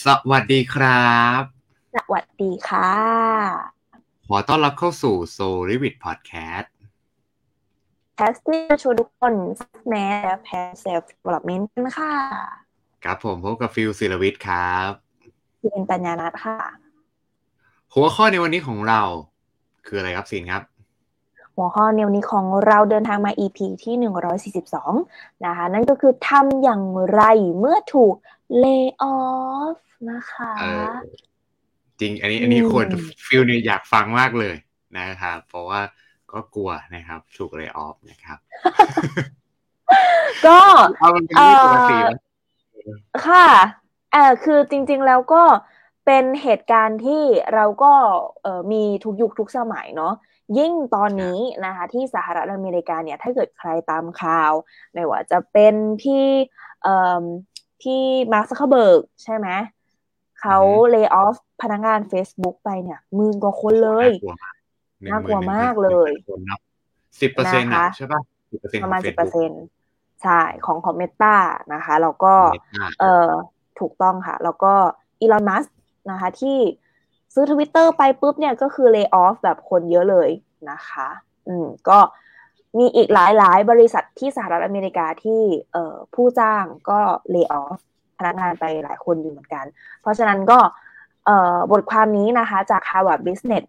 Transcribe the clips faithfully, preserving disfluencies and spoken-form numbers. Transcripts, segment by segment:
วัสดีครับสวัสดีค่ะขอต้อนรับเข้าสู่ Soul Revit Podcast แคสที่จะชวนทุกคนแม้และแพสเซลฟ์เดเวล็อปเมนต์กันค่ะครับผมพบกับฟิลศิลวิทย์ครับที่เป็นปัญญานัทค่ะหัวข้อในวันนี้ของเราคืออะไรครับซีนครับหัวข้อในวันนี้ของเราเดินทางมา อี พี ที่หนึ่งร้อยสี่สิบสองนะคะนั่นก็คือทำอย่างไรเมื่อถูก lay off นะคะเออจริงอันนี้อือันนี้ควรมฟิลเนี่ยอยากฟังมากเลยนะครับเพราะว่าก็กลัวนะครับถูกเล y off นะครับก็เอามันเป็นเอ่เรื่องปกติอแล้วค่ะเอ่อคือจริงๆแล้วก็เป็นเหตุการณ์ที่เราก็เอ่อมีทุกยุคทุกสมัยเนาะยิ่งตอนนี้นะคะที่สหรัฐอเมริกาเนี่ยถ้าเกิดใครตามข่าวไม่ว่าจะเป็นพี่เอ่อพี่มาร์ค ซักเคอร์เบิร์กใช่ไหมเขาเล y off พนักงาน Facebook ไปเนี่ยหมื่นกว่าคนเลยน่ากลัวมากหนึ่งน่ากลัวหมื่นหนึ่งมากเลพันหนึ่งพัยนคนนับสิบเปอร์เซ็นต์อ่ะนะคะใช่ป่ะสิบเปอร์เซ็นต์ของประมาณสิบเปอร์ Facebook เซ็นต์ใช่ของของเมตานะคะแล้วก็ของ Meta เอ่อถูกต้องค่ะแล้วก็อีลอนมัสก์นะคะที่ซื้อ Twitter ไปปุ๊บเนี่ยก็คือ lay off แบบคนเยอะเลยนะคะอืมก็มีอีกหลายๆบริษัทที่สหรัฐอเมริกาที่เอ่อผู้จ้างก็ lay off พนักงานไปหลายคนอยู่เหมือนกันเพราะฉะนั้นก็เอ่อบทความนี้นะคะจาก Harvard Business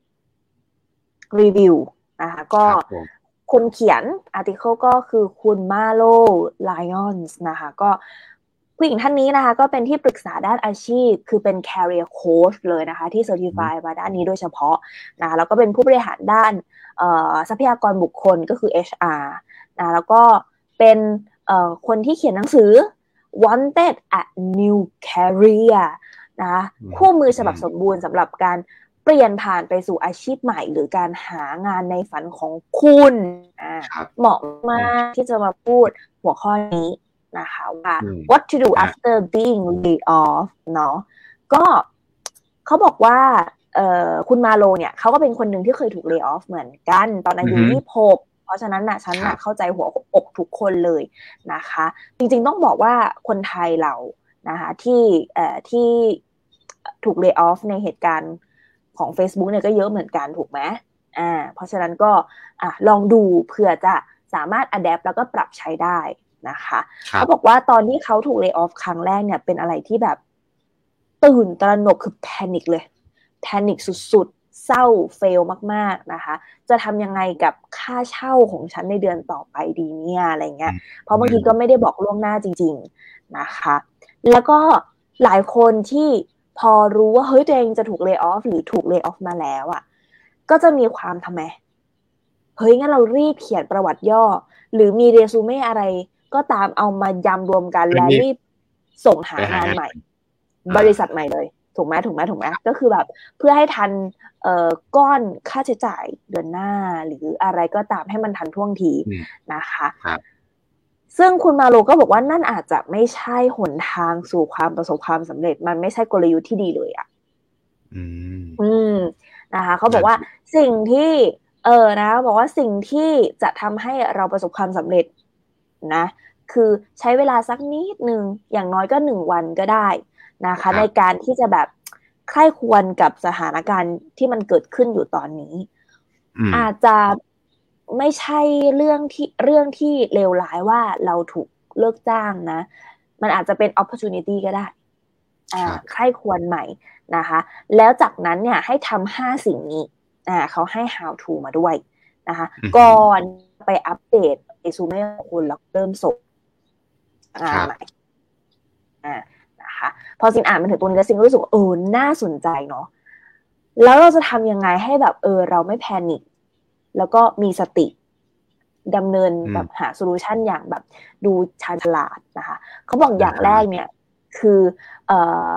Review นะคะก็ครับผมคนเขียนอาร์ติเคิลก็คือคุณมาโลไลออนส์นะคะก็ผู้หญิงท่านนี้นะคะก็เป็นที่ปรึกษาด้านอาชีพคือเป็น career coach เลยนะคะที่ certify มาด้านนี้โดยเฉพาะนะคะแล้วก็เป็นผู้บริหารด้านทรัพยากรบุคคลก็คือ เอช อาร์ นะแล้วก็เป็นคนที่เขียนหนังสือ wanted a new career นะคะคู่มือฉบับสมบูรณ์สำหรับการเปลี่ยนผ่านไปสู่อาชีพใหม่หรือการหางานในฝันของคุณเหมาะมากที่จะมาพูดหัวข้อนี้นะคะว่า what to do after being laid off เนาะก็เขาบอกว่าเอ่อคุณมาโลเนี่ยเขาก็เป็นคนหนึ่งที่เคยถูก lay off เหมือนกันตอนอายุยี่สิบหกเพราะฉะนั้นน่ะฉันน่ะเข้าใจหัวอกทุกคนเลยนะคะจริงๆต้องบอกว่าคนไทยเรานะคะที่เอ่อที่ถูก lay off ในเหตุการณ์ของ Facebook เนี่ยก็เยอะเหมือนกันถูกไหมอ่าเพราะฉะนั้นก็อ่ะลองดูเผื่อจะสามารถ adapt แล้วก็ปรับใช้ได้นะคะเขาบอกว่าตอนที่เขาถูก lay off ครั้งแรกเนี่ยเป็นอะไรที่แบบตื่นตระหนกคือ panic เลย panic สุดๆเศร้าเฟลมากๆนะคะจะทำยังไงกับค่าเช่าของฉันในเดือนต่อไปดีเนี่ยอะไรเงี้ยเพราะบางทีก็ไม่ได้บอกล่วงหน้าจริงๆนะคะแล้วก็หลายคนที่พอรู้ว่าเฮ้ยตัวเองจะถูก lay off หรือถูก lay off มาแล้วอ่ะก็จะมีความทำไมเฮ้ยงั้นเรารีบเขียนประวัติย่อหรือมีเรซูเม่อะไรก็ตามเอามายำรวมกันและรีบส่งหางานใหม่บริษัทใหม่เลยถูกไหมถูกไหมถูกไหมก็คือแบบเพื่อให้ทันเอ่อก้อนค่าใช้จ่ายเดือนหน้าหรืออะไรก็ตามให้มันทันท่วงทีนะคะซึ่งคุณมาโลก็บอกว่านั่นอาจจะไม่ใช่หนทางสู่ความประสบความสำเร็จมันไม่ใช่กลยุทธ์ที่ดีเลยอ่ะอืมอืมนะคะเขาบอกว่าสิ่งที่เออนะบอกว่าสิ่งที่จะทำให้เราประสบความสำเร็จนะคือใช้เวลาสักนิดนึงอย่างน้อยก็หนึ่งวันก็ได้นะคะในการที่จะแบบใคร่ควรกับสถานการณ์ที่มันเกิดขึ้นอยู่ตอนนี้อาจจะไม่ใช่เรื่องที่เรื่องที่เลวร้ายว่าเราถูกเลิกจ้างนะมันอาจจะเป็น opportunity ก็ได้อ่าใคร่ควรใหม่นะคะแล้วจากนั้นเนี่ยให้ทำห้าสิ่งนี้อ่าเขาให้ how to มาด้วยนะคะก่อนไปอัปเดตเรซูเม่ของคุณแล้วเริ่มส่งงานใหม่อ่านะคะพอซินอ่านมาถึงตรงนี้แล้วซินก็รู้สึกเออน่าสนใจเนาะแล้วเราจะทำยังไงให้แบบเออเราไม่แพนิคแล้วก็มีสติดำเนินแบบหาโซลูชันอย่างแบบดูชาญฉลาดนะคะเขาบอกอย่างแรกเนี่ยคือเอ่อ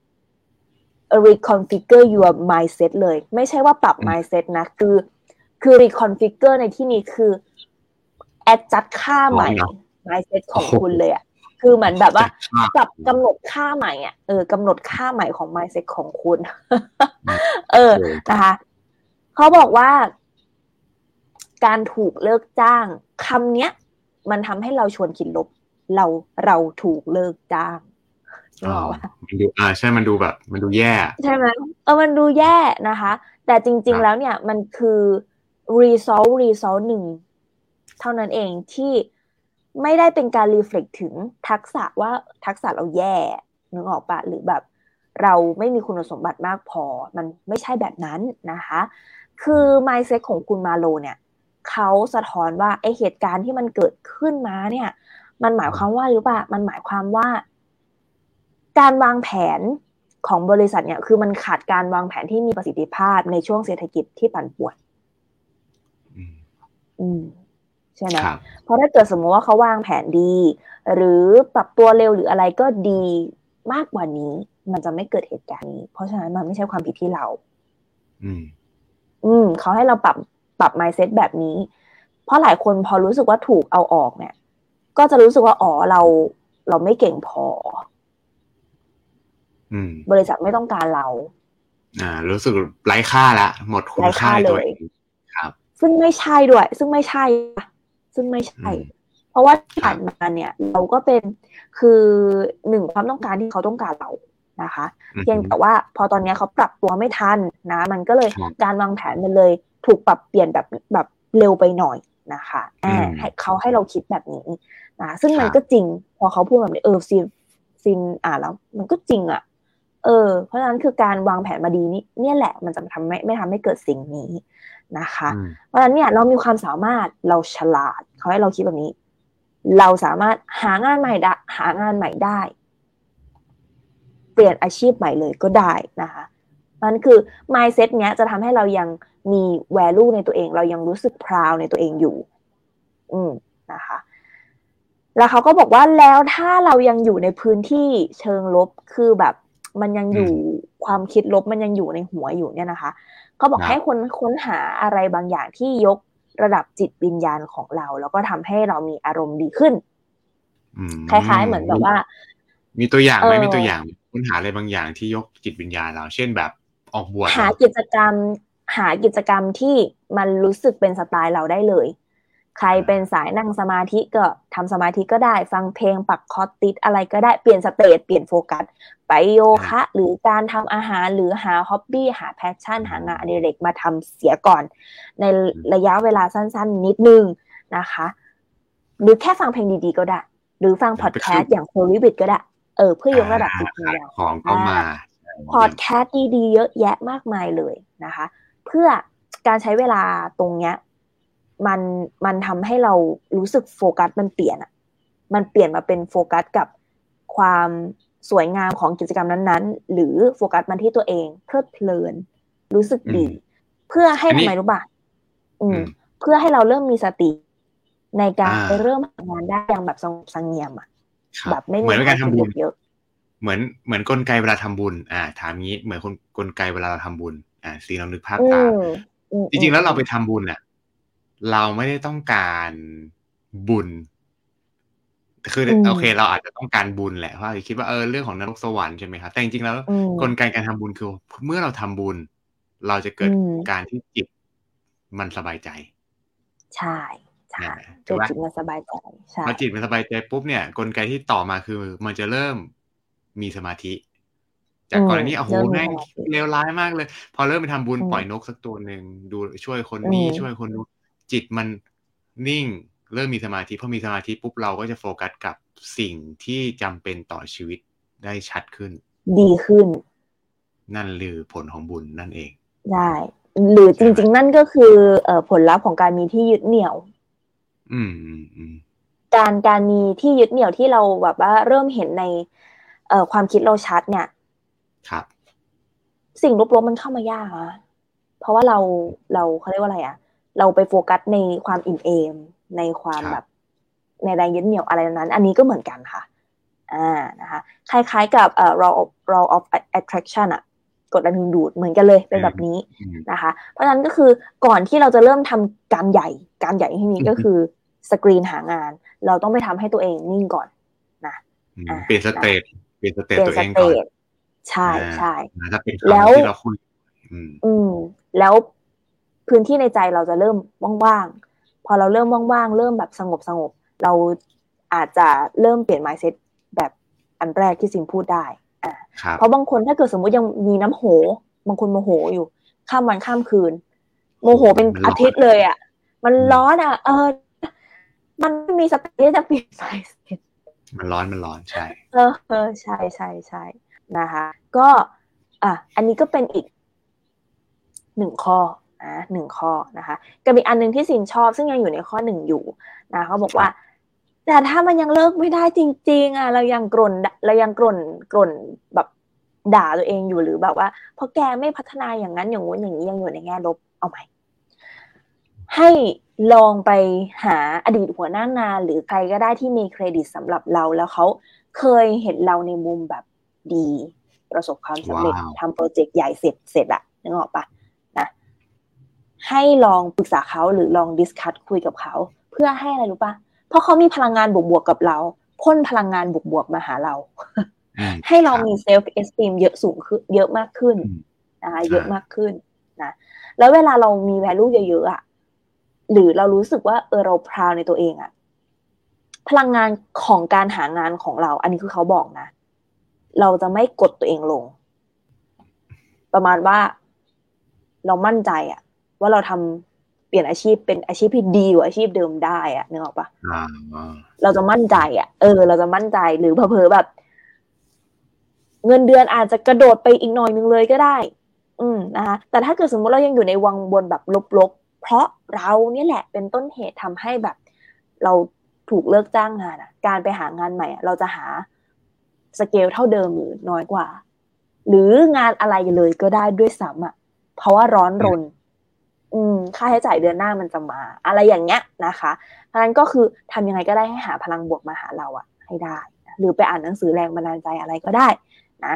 reconfigure your mindset เลยไม่ใช่ว่าปรับ mindset นะคือคือ reconfigure ในที่นี้คือ adjust ค่าใหม่ mindset ของคุณเลยอ่ะคือเหมือนแบบว่าปรับกำหนดค่าใหม่อ่ะเออกำหนดค่าใหม่ของ mindset ของคุณเออนะคะเขาบอกว่าการถูกเลิกจ้างคำเนี้ยมันทำให้เราชวนคิดลบเราเราถูกเลิกจ้างนึกออกป่ะมันดูอ่าใช่มันดูแบบมันดูแย่ใช่ไหมเออมันดูแย่นะคะแต่จริงๆแล้วเนี่ยมันคือ result result หนึ่งเท่านั้นเองที่ไม่ได้เป็นการ reflect ถึงทักษะว่าทักษะเราแย่นึกออกปะหรือแบบเราไม่มีคุณสมบัติมากพอมันไม่ใช่แบบนั้นนะคะคือ mindset ของคุณมาโลเนี่ยเขาสะท้อนว่าไอเหตุการณ์ที่มันเกิดขึ้นมาเนี่ยมันหมายความว่าหรือเปล่ามันหมายความว่าการวางแผนของบริษัทเนี่ยคือมันขาดการวางแผนที่มีประสิทธิภาพในช่วงเศรษฐกิจที่ปั่นป่วนอืมใช่ไหมเพราะถ้าเกิดสมมติว่าเขาวางแผนดีหรือปรับตัวเร็วหรืออะไรก็ดีมากกว่านี้มันจะไม่เกิดเหตุการณ์นี้เพราะฉะนั้นมันไม่ใช่ความผิดที่เราอืมอืมเขาให้เราปรับปรับ mindset แบบนี้เพราะหลายคนพอรู้สึกว่าถูกเอาออกเนี่ยก็จะรู้สึกว่าอ๋อเราเราไม่เก่งพอบริษัทไม่ต้องการเราอ่ารู้สึกไร้ค่าละหมดคุณค่าเลยครับซึ่งไม่ใช่ด้วยซึ่งไม่ใช่ซึ่งไม่ใช่เพราะว่าที่ผ่านมาเนี่ยเราก็เป็นคือหนึ่งความต้องการที่เขาต้องการเรานะคะเพียงแต่ว่าพอตอนนี้เขาปรับตัวไม่ทันนะมันก็เลยการวางแผนมันเลยถูกปรับเปลี่ยนแบบแบบเร็วไปหน่อยนะคะอ่าให้เขาให้เราคิดแบบนี้นะซึ่งมันก็จริงพอเขาพูดแบบนี้เออซินซินอ่านแล้วมันก็จริงอ่ะเออเพราะฉะนั้นคือการวางแผนมาดีนี่เนี่ยแหละมันจะทำไม่ไม่ทำให้เกิดสิ่งนี้นะคะเพราะฉะนั้นเนี่ยเรามีความสามารถเราฉลาดเขาให้เราคิดแบบนี้เราสามารถหางานใหม่ได้หางานใหม่ได้เปลี่ยนอาชีพใหม่เลยก็ได้นะคะนั่นคือ mindset เนี้ยจะทำให้เรายังมี value ในตัวเองเรายังรู้สึก proud ในตัวเองอยู่อืมนะคะแล้วเขาก็บอกว่าแล้วถ้าเรายังอยู่ในพื้นที่เชิงลบคือแบบมันยังอยู่ความคิดลบมันยังอยู่ในหัวอยู่เนี่ยนะคะเขาบอกให้คนค้นหาอะไรบางอย่างที่ยกระดับจิตวิญญาณของเราแล้วก็ทำให้เรามีอารมณ์ดีขึ้นคล้ายๆเหมือนแบบว่ามีตัวอย่างไหมมีตัวอย่างค้นหาอะไรบางอย่างที่ยกจิตวิญญาณเราเช่นแบบออกบวชหากิจกรรมหากิจกรรมที่มันรู้สึกเป็นสไตล์เราได้เลยใครเป็นสายนั่งสมาธิก็ทำสมาธิก็ได้ฟังเพลงปักคอร์ดติดอะไรก็ได้เปลี่ยนสเตจเปลี่ยนโฟกัสไปโยคะหรือการทำอาหารหรือหาฮ็อบบี้หาแพชชั่นหางานอดิเรกมาทำเสียก่อนในระยะเวลาสั้นๆนิดนึงนะคะหรือแค่ฟังเพลงดีๆก็ได้หรือฟังพอดแคสต์อย่างโคลิบิดก็ได้เออเพื่อยกระดับจิตวิญญาณของเข้ามาพอดแคสต์ดีๆเยอะแยะมากมายเลยนะคะเพื่อการใช้เวลาตรงเนี้ยมันมันทำให้เรารู้สึกโฟกัสมันเปลี่ยนอ่ะมันเปลี่ยนมาเป็นโฟกัสกับความสวยงามของกิจกรรมนั้นๆหรือโฟกัสมันที่ตัวเองเพลิดเพลินรู้สึกดีเพื่อให้ทำไมรู้ป่ะอืมเพื่อให้เราเริ่มมีสติในการไปเริ่มทำงานได้อย่างแบบสงบเสงี่ยมอ่ะแบบไม่มีการทำบุญเยอะเหมือนเหมือนกลไกเวลาทำบุญอ่าถามงี้เหมือนคนกลไกเวลาเราทำบุญอ่าซีลองนึกภาพตามจริงๆแล้วเราไปทำบุญเนี่ยเราไม่ได้ต้องการบุญคือโอเคเราอาจจะต้องการบุญแหละเพราะคิดว่าเออเรื่องของนรกสวรรค์ใช่ไหมครับแต่จริงๆแล้วกลไกการทำบุญคือเมื่อเราทำบุญเราจะเกิดการที่จิตมันสบายใจใช่ใช่จิตมันสบายใจใช่พอจิตมันสบายใจปุ๊บเนี่ยกลไกที่ต่อมาคือมันจะเริ่มมีสมาธิจากกรณีโอ้โหแม่งเลวร้ายมากเลยพอเริ่มไปทำบุญปล่อยนกสักตัวหนึ่งดูช่วยคนนี้ช่วยคนนู้นจิตมันนิ่งเริ่มมีสมาธิพอมีสมาธิปุ๊บเราก็จะโฟกัสกับสิ่งที่จำเป็นต่อชีวิตได้ชัดขึ้นดีขึ้นนั่นคือผลของบุญนั่นเองได้หรือจริงๆนั่นก็คือเอ่อผลลัพธ์ของการมีที่ยึดเหนี่ยวอืมอืมอืมการการมีที่ยึดเหนี่ยวที่เราแบบว่าเริ่มเห็นในเอ่อความคิดเราชัดเนี่ยครับสิ่งลบๆมันเข้ามายากนะเพราะว่าเราเราเขาเรียกว่าอะไรอ่ะเราไปโฟกัสในความอิ่มเอมในความแบบในแรงยึดเหนี่ยวอะไรนั้นอันนี้ก็เหมือนกันค่ะอ่านะคะคล้ายๆกับเอ่อ law of law of attraction อ่ะกฎแรงดึงดูดเหมือนกันเลยเป็นแบบนี้นะคะเพราะฉะนั้นก็คือก่อนที่เราจะเริ่มทำการใหญ่การใหญ่ที่นี้ก็คือสกรีนหางานเราต้องไปทำให้ตัวเองนิ่งก่อนนะเปลี่ยนสเตตเปลี่ยนสเตตตัวเองก่อนใช่ใช่แล้วที่เราคุยอืมแล้วพื้นที่ในใจเราจะเริ่มว่างๆพอเราเริ่มว่างๆเริ่มแบบสงบสงบเราอาจจะเริ่มเปลี่ยน mindset แบบอันแรกที่ซินพูดได้อ่าครับเพราะบางคนถ้าเกิดสมมติยังมีน้ำโหบางคนโมโหอยู่ข้ามวันข้ามคืนโมโหเป็นอาทิตย์เลยอ่ะมันร้อนอ่ะเออมันไม่มีสติที่จะเปลี่ยนไฟมันร้อนมันร้อนใช่เออเออใช่ใช่ใช่นะคะก็อ่ะอันนี้ก็เป็นอีกหนึ่งข้อนะหนึ่งข้อนะคะกับอีกอันนึงที่ซินชอบซึ่งยังอยู่ในข้อหนึ่งอยู่นะเขาบอกว่าแต่ถ้ามันยังเลิกไม่ได้จริงๆอ่ะเรายังกร่นเรายังกร่นกร่นแบบด่าตัวเองอยู่หรือแบบว่าเพราะแกไม่พัฒนาอย่างนั้นอย่างงู้นอย่างนี้ยังอยู่ในแง่ลบเอาใหม่ให้ลองไปหาอดีตหัวหน้างานหรือใครก็ได้ที่มีเครดิตสำหรับเราแล้วเขาเคยเห็นเราในมุมแบบดีประสบความสำเร็จ wow. ทำโปรเจกต์ใหญ่เสร็จเสร็จอะนึกออกปะนะให้ลองปรึกษาเขาหรือลองดิสคัสคุยกับเขาเพื่อให้อะไรรู้ปะเพราะเขามีพลังงานบวกๆกับเราพ่นพลังงานบวกๆมาหาเรา ให้เรามีเซลฟ์เอสติมเยอะสูงขึ้นเยอะมากขึ้นนะคะเยอะมากขึ้นนะแล้วเวลาเรามี value เยอะๆอะหรือเรารู้สึกว่าเออเรา proud ในตัวเองอะพลังงานของการหางานของเราอันนี้คือเขาบอกนะเราจะไม่กดตัวเองลงประมาณว่าเรามั่นใจอะว่าเราทำเปลี่ยนอาชีพเป็นอาชีพที่ดีกว่าอาชีพเดิมได้อะนึกออกปะเราจะมั่นใจอะเออเราจะมั่นใจหรือเผลอๆแบบเงินเดือนอาจจะกระโดดไปอีกหน่อยนึงเลยก็ได้อืมนะคะแต่ถ้าเกิดสมมติเรายังอยู่ในวังวนแบบลบๆเพราะเราเนี่ยแหละเป็นต้นเหตุทำให้แบบเราถูกเลิกจ้างงานอ่ะการไปหางานใหม่เราจะหาสเกลเท่าเดิมหรือน้อยกว่าหรืองานอะไรเลยก็ได้ด้วยซ้ำอ่ะเพราะว่าร้อนรนอืมค่าใช้จ่ายเดือนหน้ามันจะมาอะไรอย่างเงี้ยนะคะเพราะฉะนั้นก็คือทำยังไงก็ได้ให้หาพลังบวกมาหาเราอ่ะให้ได้หรือไปอ่านหนังสือแรงบันดาลใจอะไรก็ได้นะ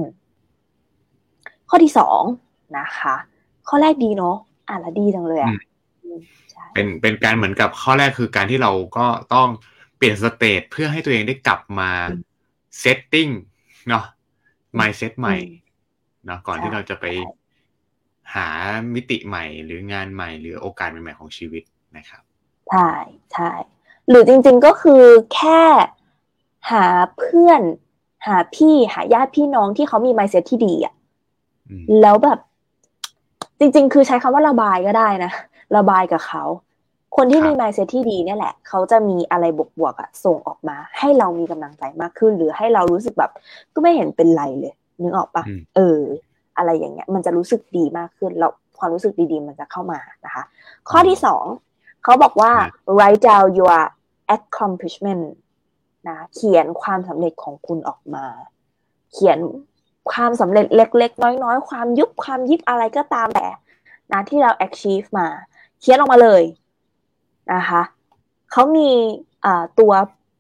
ข้อที่สองนะคะข้อแรกดีเนาะอ่านแล้วดีจังเลยอ่ะเป็นเป็นการเหมือนกับข้อแรกคือการที่เราก็ต้องเปลี่ยนสเตทเพื่อให้ตัวเองได้กลับมาเซตติ้งเนาะ mindset ใหม่เนาะก่อนที่เราจะไปหามิติใหม่หรืองานใหม่หรือโอกาสใหม่ๆของชีวิตนะครับใช่ใช่หรือจริงๆก็คือแค่หาเพื่อนหาพี่หาญาติพี่น้องที่เขามี mindset ที่ดีอ่ะแล้วแบบจริงๆคือใช้คำว่าระบายก็ได้นะระบายกับเขาคนที่มี mindset ที่ดีเนี่ยแหละเขาจะมีอะไรบวกๆอ่ะส่งออกมาให้เรามีกำลังใจมากขึ้นหรือให้เรารู้สึกแบบก็ไม่เห็นเป็นไรเลยนึกออกปะเอออะไรอย่างเงี้ยมันจะรู้สึกดีมากขึ้นแล้วความรู้สึกดีๆมันจะเข้ามานะคะข้อที่สองเขาบอกว่า write down your accomplishment นะเขียนความสำเร็จของคุณออกมาเขียนความสำเร็จเล็กๆน้อยๆความยุบความยิบอะไรก็ตามแต่นะที่เรา achieve มาเขียนออกมาเลยนะคะเขามีอ่าตัว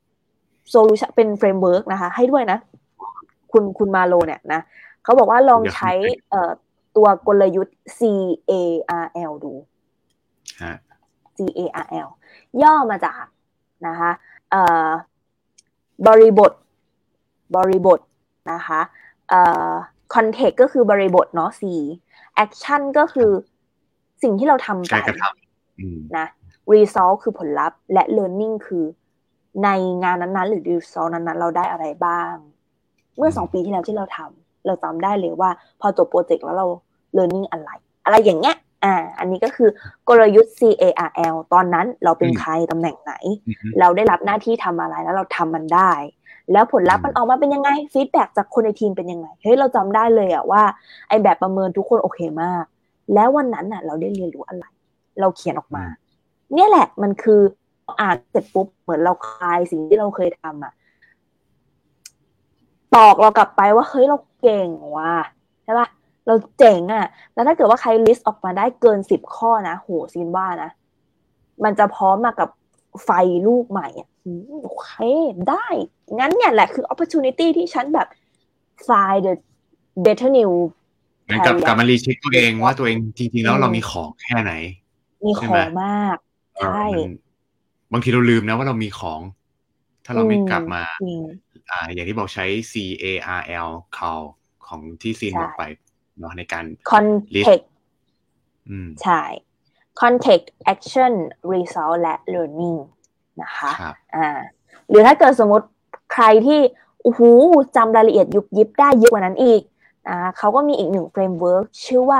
solution เป็น framework นะคะให้ด้วยนะคุณคุณมาโลเนี่ยนะเขาบอกว่าลองใช้เอ่อตัวกลยุทธ์ ซี เอ อาร์ แอล ดู ซี เอ อาร์ แอล ย่อมาจากนะคะเอ่อบริบทบริบทนะคะเอ่อ context ก็คือบริบทเนาะ C action ก็คือสิ่งที่เราทำไปนะ result คือผลลัพธ์และ learning คือในงานนั้นๆหรือ result นั้นๆเราได้อะไรบ้างเมื่อสองปีที่แล้วที่เราทำเราจำได้เลยว่าพอจบโปรเจกต์แล้วเรา learning อะไรอะไรอย่างเงี้ยอ่าอันนี้ก็คือกลยุทธ์ ซี เอ อาร์ แอล ตอนนั้นเราเป็นใครตำแหน่งไหนเราได้รับหน้าที่ทำอะไรแล้วเราทำมันได้แล้วผลลัพธ์มันออกมาเป็นยังไงฟีดแบ็กจากคนในทีมเป็นยังไงเฮ้ยเราจำได้เลยอะว่าไอแบบประเมินทุกคนโอเคมากแล้ววันนั้นน่ะเราได้เรียนรู้อะไรเราเขียนออกมาเนี่ยแหละมันคืออ่านเสร็จปุ๊บเหมือนเราคลายสิ่งที่เราเคยทำอะตอกเรากลับไปว่าเฮ้ยเราเก่งว่ะใช่ป่ะเราเจ๋งอ่ะแล้วถ้าเกิดว่าใครลิสต์ออกมาได้เกินสิบข้อนะโหซินว่านะมันจะพร้อมมากับไฟลูกใหม่อ่ะโอเคได้งั้นเนี่ยแหละคือ opportunity ที่ฉันแบบ find the better new กลับกลับมารีเช็คตัวเองว่าตัวเองจริงๆแล้วเรามีของแค่ไหนมีของมากใช่บางทีเราลืมนะว่าเรามีของถ้าเราไม่กลับมาอ่าอย่างที่บอกใช้ ซี เอ อาร์ แอล call ของที่ซีนบอกไปเนาะในการ context ใช่ context action result และ learning นะคะอ่าหรือถ้าเกิดสมมติใครที่โอ้โหจำรายละเอียดยุบยิบได้เยอะกว่านั้นอีกนะเขาก็มีอีกหนึ่งเฟรมเวิร์กชื่อว่า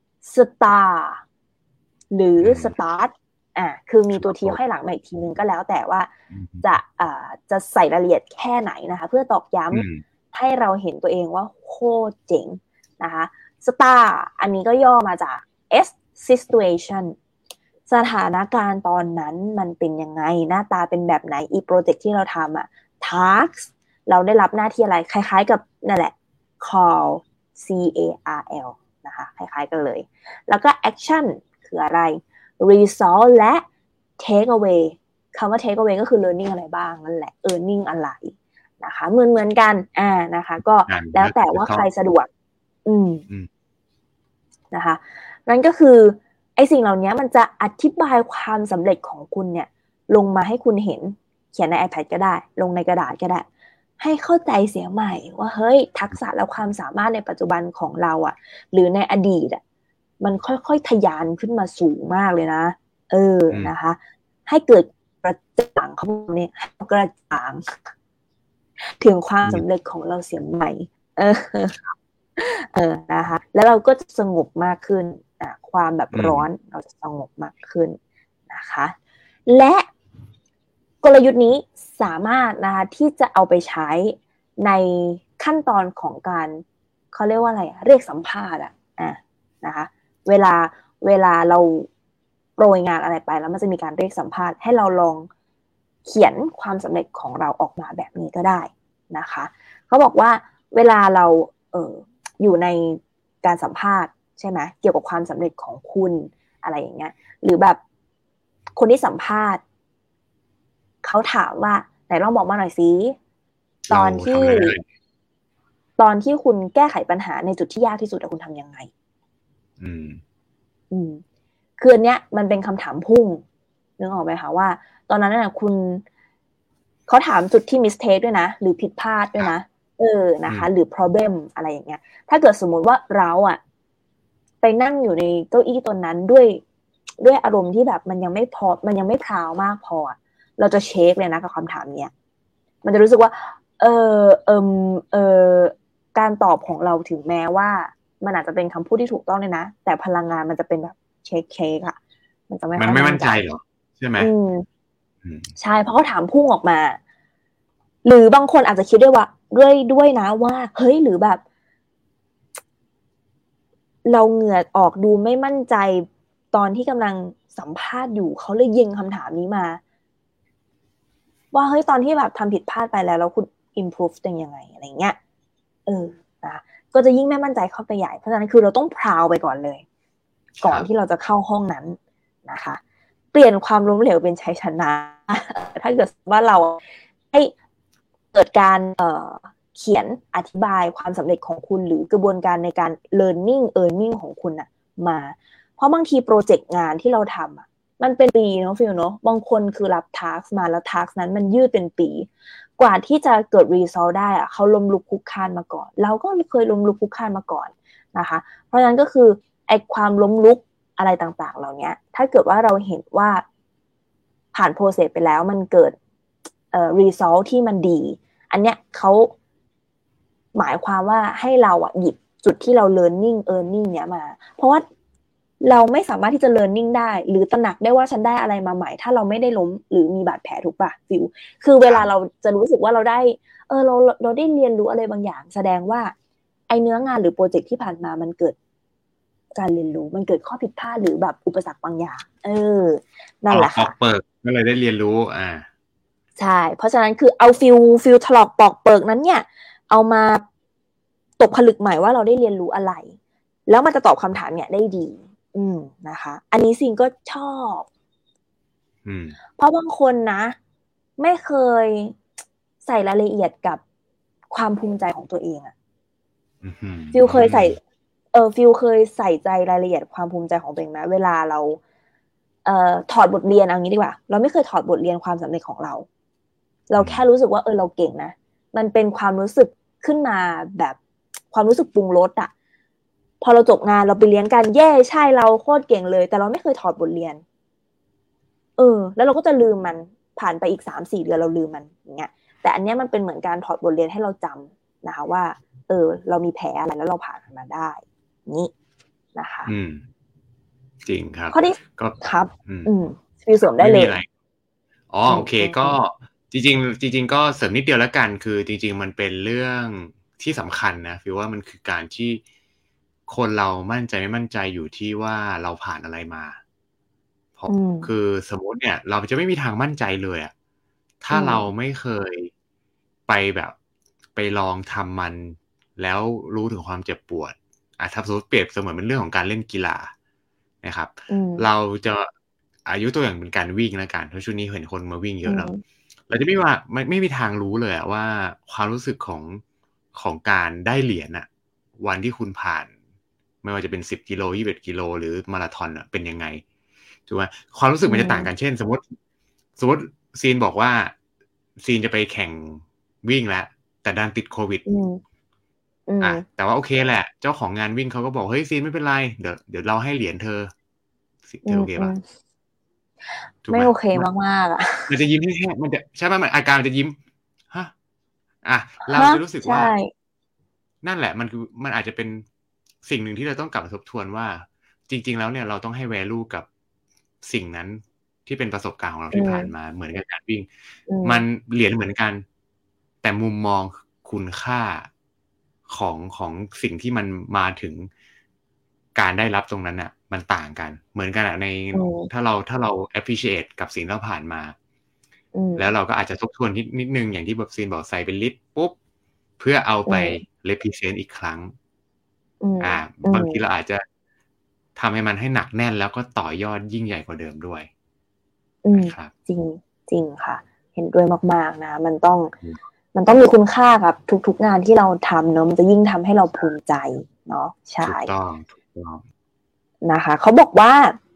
Star หรือ Start อ่าคือมีตัวทีให้หลังมาอีกทีนึงก็แล้วแต่ว่าจะอ่าจะใส่รายละเอียดแค่ไหนนะคะเพื่อตอกย้ำให้เราเห็นตัวเองว่าโคตรเจ๋งนะคะ Star อันนี้ก็ย่อมาจาก S situation สถานการณ์ตอนนั้นมันเป็นยังไงหน้าตาเป็นแบบไหนอีโปรเจกต์ที่เราทำอะ task เราได้รับหน้าที่อะไรคล้ายๆกับนั่นแหละ call C A R L นะคะคล้ายๆกันเลยแล้วก็ action คืออะไร resolve และ take away คำว่า take away ก็คือ learning อะไรบ้างนั่นแหละ earning อะไรนะคะเหมือนๆกันอ่านะคะก็แล้วแต่ว่าใครสะดวกอืมนะคะนั่นก็คือไอ้สิ่งเหล่านี้มันจะอธิบายความสำเร็จของคุณเนี่ยลงมาให้คุณเห็นเขียนใน iPad ก็ได้ลงในกระดาษก็ได้ให้เข้าใจเสียใหม่ว่าเฮ้ยทักษะและความสามารถในปัจจุบันของเราอ่ะหรือในอดีตอ่ะมันค่อยๆทะยานขึ้นมาสูงมากเลยนะเออนะคะให้เกิดกระจ่างเขาบอกเนี่ยกระจ่างถึงความสำเร็จของเราเสียใหม่เออเออนะคะแล้วเราก็จะสงบมากขึ้นอ่ะความแบบร้อนเราจะสงบมากขึ้นนะคะและกลยุทธ์นี้สามารถนะคะที่จะเอาไปใช้ในขั้นตอนของการเขาเรียกว่าอะไรเรียกสัมภาษณ์อ่ะอ่ะนะคะเวลาเวลาเราโปรยงานอะไรไปแล้วมันจะมีการเรียกสัมภาษณ์ให้เราลองเขียนความสำเร็จของเราออกมาแบบนี้ก็ได้นะคะเขาบอกว่าเวลาเราเอออยู่ในการสัมภาษณ์ใช่ไหมเกี่ยวกับความสำเร็จของคุณอะไรอย่างเงี้ยหรือแบบคนที่สัมภาษณ์เขาถามว่าไหนลองบอกมาหน่อยสิตอนที่ตอนที่คุณแก้ไขปัญหาในจุดที่ยากที่สุดคุณทำยังไงอืมอืมคืออันเนี้ยมันเป็นคำถามพุ่งนึกออกไหมคะว่าตอนนั้นน่ะคุณเขาถามจุดที่ mistake ด้วยนะหรือผิดพลาดด้วยนะเออนะคะหรือ problem อะไรอย่างเงี้ยถ้าเกิดสมมติว่าเราอ่ะไปนั่งอยู่ในเก้าอี้ตัวนั้นด้วยด้วยอารมณ์ที่แบบมันยังไม่พอมันยังไม่พราวมากพอเราจะเช็คเลยนะกับคำถามเนี้ยมันจะรู้สึกว่าเออเออเออการตอบของเราถึงแม้ว่ามันอาจจะเป็นคำพูดที่ถูกต้องเลยนะแต่พลังงานมันจะเป็นแบบเช็คเช็คอะมันจะไม่มันไม่มั่นใจหรอใช่ไหมอืมใช่เพราะเขาถามพุ่งออกมาหรือบางคนอาจจะคิดด้วยว่าด้วยด้วยนะว่าเฮ้ยหรือแบบเราเหงื่อออกดูไม่มั่นใจตอนที่กำลังสัมภาษณ์อยู่เขาเลยยิงคำถามนี้มาว่าเฮ้ยตอนที่แบบทำผิดพลาดไปแล้วแล้วคุณ improve ตัวเองยังไงอะไรเงี้ยเออนะก็จะยิ่งไม่มั่นใจเข้าไปใหญ่เพราะฉะนั้นคือเราต้องพราวไปก่อนเลยก่อนที่เราจะเข้าห้องนั้นนะคะเปลี่ยนความล้มเหลวเป็นชัยชนะถ้าเกิดว่าเราให้เกิดการเอ่อเขียนอธิบายความสำเร็จของคุณหรือกระบวนการในการ learning earning ของคุณน่ะมาเพราะบางทีโปรเจกต์งานที่เราทำอ่ะมันเป็นปีเนาะฟิลเนาะบางคนคือรับทาสมาแล้วทาสนั้นมันยืดเป็นปีกว่าที่จะเกิด result ได้อ่ะเขาล้มลุกคลุกคลานมาก่อนเราก็เคยล้มลุกคลุกคลานมาก่อนนะคะเพราะฉะนั้นก็คือไอ้ความล้มลุกอะไรต่างๆเหล่านี้ถ้าเกิดว่าเราเห็นว่าผ่านโปรเซสไปแล้วมันเกิดเอ่อ result ที่มันดีอันเนี้ยเขาหมายความว่าให้เราอ่ะหยิบจุดที่เรา learning earning เนี้ยมาเพราะว่าเราไม่สามารถที่จะ learning ได้หรือตระหนักได้ว่าฉันได้อะไรมาใหม่ถ้าเราไม่ได้ล้มหรือมีบาดแผลถูกป่ะฟิวคือเวลาเราจะรู้สึกว่าเราได้เออเราเราได้เรียนรู้อะไรบางอย่างแสดงว่าไอเนื้องานหรือโปรเจกต์ที่ผ่านมามันเกิดการเรียนรู้มันเกิดข้อผิดพลาดหรือแบบอุปสรรคบางอย่างเออนั่นแหละค่ะเปิดก็เลยได้เรียนรู้อ่าใช่เพราะฉะนั้นคือเอาฟิลฟิลถลอกปอกเปิกนั้นเนี่ยเอามาตกผลึกใหม่ว่าเราได้เรียนรู้อะไรแล้วมันจะตอบคำถามเนี่ยได้ดีอืมนะคะอันนี้ซิงก็ชอบอืมเพราะบางคนนะไม่เคยใส่รายละเอียดกับความภูมิใจของตัวเองอะฟิลเคยใส่เออฟิลเคยใส่ใจรายละเอียดความภูมิใจของตัวเองนะเวลาเราเอ่อถอดบทเรียนเอางี้ดีกว่าเราไม่เคยถอดบทเรียนความสำเร็จของเราเราแค่รู้สึกว่าเออเราเก่งนะมันเป็นความรู้สึกขึ้นมาแบบความรู้สึกปรุงรสอะพอเราจบงานเราไปเลี้ยงกันเย่ใช่เราโคตรเก่งเลยแต่เราไม่เคยถอดบทเรียนเออแล้วเราก็จะลืมมันผ่านไปอีก สามสี่ เดือนเราลืมมันอย่างเงี้ยแต่แต่อันนี้มันเป็นเหมือนการถอดบทเรียนให้เราจำนะคะว่าเออเรามีแผลอะไรแล้วเราผ่านมันมาได้นี่นะคะอืมจริงครับข้อที่ก็ครับอืมฟิวเสริมได้เลยอ๋อโอเคก็จริงๆจริงๆก็เสริมนิดเดียวแล้วกันคือจริงๆมันเป็นเรื่องที่สำคัญนะฟิวว่ามันคือการที่คนเรามั่นใจไม่มั่นใจอยู่ที่ว่าเราผ่านอะไรมาเพราะคือสมมติเนี่ยเราจะไม่มีทางมั่นใจเลยอะถ้าเราไม่เคยไปแบบไปลองทำมันแล้วรู้ถึงความเจ็บปวดอ่ะถ้าสมมติเปรียบเสมือนเป็นเรื่องของการเล่นกีฬานะครับเราจะอายุตัวอย่างเป็นการวิ่งแล้วกันเพราะช่วงนี้เห็นคนมาวิ่งเยอะแล้วเราจะไม่ว่าไม่ไม่มีทางรู้เลยอะว่าความรู้สึกของของการได้เหรียญอะวันที่คุณผ่านไม่ว่าจะเป็นสิบกิโลยี่สิบเอ็ดกิโลหรือมาราธอนอะเป็นยังไงถูกไหมความรู้สึกมันจะต่างกันเช่นสมมติสมมติซีนบอกว่าซีนจะไปแข่งวิ่งแล้วแต่ดันติดโควิดอ่ะแต่ว่าโอเคแหละเจ้าของงานวิ่งเขาก็บอกเฮ้ยซีนไม่เป็นไรเดี๋ยวเดี๋ยวเราให้เหรียญเธอเธอโอเคป่ะไม่โอเคมากมากอ่ะมันจะยิ้มแห้งมันจะใช่ไหมมันอาการมันจะยิ้มฮะอ่ะเราจะรู้สึกว่านั่นแหละมันคือมันอาจจะเป็นสิ่งหนึ่งที่เราต้องกลับมาทบทวนว่าจริงๆแล้วเนี่ยเราต้องให้ value กับสิ่งนั้นที่เป็นประสบการณ์ของเราที่ผ่านมาเหมือนกับการวิ่งมันเหรียญเหมือนกันแต่มุมมองคุณค่าของของสิ่งที่มันมาถึงการได้รับตรงนั้นน่ะมันต่างกันเหมือนกันอ่ะในถ้าเราถ้าเรา appreciate กับสิ่งที่เราผ่านมาแล้วเราก็อาจจะทบทวนนิดนิดนึงอย่างที่แบบซีนบอกใส่เป็นลิสต์ปุ๊บเพื่อเอาไป represent อีกครั้งอ่าบางทีเราอาจจะทำให้มันให้หนักแน่นแล้วก็ต่อยอดยิ่งใหญ่กว่าเดิมด้วยนะครับจริงจริงค่ะเห็นด้วยมากๆนะมันต้องมันต้องมีคุณค่ากับทุกๆงานที่เราทำเนอะมันจะยิ่งทำให้เราภูมิใจเนาะใช่ถูกต้องถูกต้องนะคะเขาบอกว่า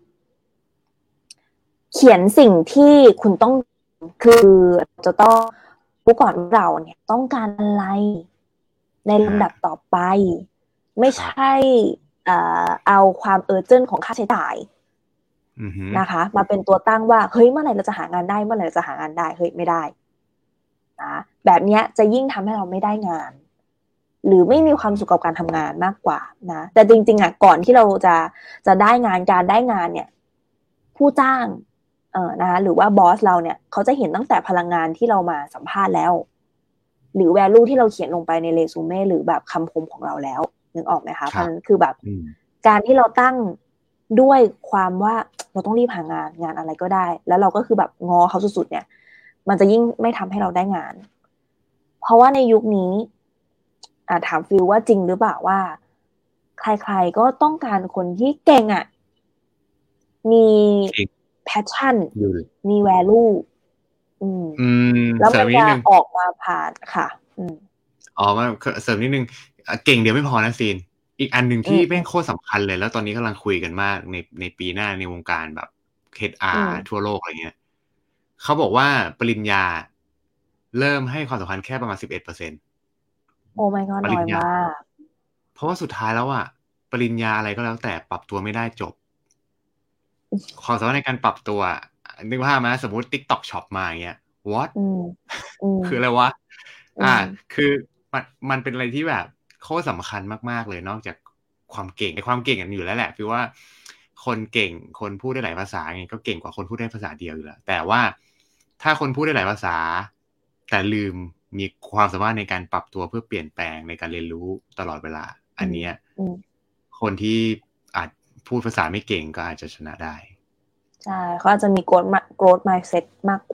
เขียนสิ่งที่คุณต้องคือจะต้องรู้ก่อนว่าเราเนี่ยต้องการอะไรในลำดับต่อไปไม่ใช่เอ่อเอาความเออร์เจนของค่าใช้จ่ายนะคะมาเป็นตัวตั้งว่าเฮ้ยเมื่อไหร่เราจะหางานได้เมื่อไหร่เราจะหางานได้เฮ้ยไม่ได้นะแบบนี้จะยิ่งทำให้เราไม่ได้งานหรือไม่มีความสุขกับการทำงานมากกว่านะแต่จริงๆอ่ะก่อนที่เราจะจะได้งานการได้งานเนี่ยผู้จ้างเอ่อนะคะหรือว่าบอสเราเนี่ยเขาจะเห็นตั้งแต่พลังงานที่เรามาสัมภาษณ์แล้วหรือ value ที่เราเขียนลงไปในเรซูเม่หรือแบบคำคมของเราแล้วนึกออกไหมคะเพราะนั้นคือแบบการที่เราตั้งด้วยความว่าเราต้องรีบหางานงานอะไรก็ได้แล้วเราก็คือแบบงอเขาสุดๆเนี่ยมันจะยิ่งไม่ทำให้เราได้งานเพราะว่าในยุคนี้อ่าถามฟิลว่าจริงหรือเปล่าว่าใครๆก็ต้องการคนที่เก่งอ่ะมีแพชชั่นมี value อืมแล้วมันจะออกมาผ่านค่ะอืมอ๋อมาเสริมนิดนึงเก่งเดี๋ยวไม่พอนะซีนอีกอันหนึ่งที่แม่งโคตรสำคัญเลยแล้วตอนนี้กำลังคุยกันมากในในปีหน้าในวงการแบบ เอช อาร์ ทั่วโลกอะไรเงี้ยเขาบอกว่าปริญญาเริ่มให้ความสำคัญแค่ประมาณ สิบเอ็ดเปอร์เซ็นต์โอ้ my god น้อยมากเพราะว่าสุดท้ายแล้วอ่ะปริญญาอะไรก็แล้วแต่ปรับตัวไม่ได้จบความสามารถในการปรับตัวนึกภาพไหมสมมติ TikTok Shop มาอย่างเงี้ย what คืออะไรวะอ่าคือมันมันเป็นอะไรที่แบบโคตรสำคัญมากๆเลยนอกจากความเก่งไอ้ความเก่งกันอยู่แล้วแหละคือว่าคนเก่งคนพูดได้หลายภาษาไงก็เก่งกว่าคนพูดได้ภาษาเดียวอยู่แล้วแต่ว่าถ้าคนพูดได้หลายภาษาแต่ลืมมีความสามารถในการปรับตัวเพื่อเปลี่ยนแปลงในการเรียนรู้ตลอดเวลาอันเนี้ยคนที่อาจพูดภาษาไม่เก่งก็อาจจะชนะได้ใช่เขาอาจจะมี growth growth mindset มาก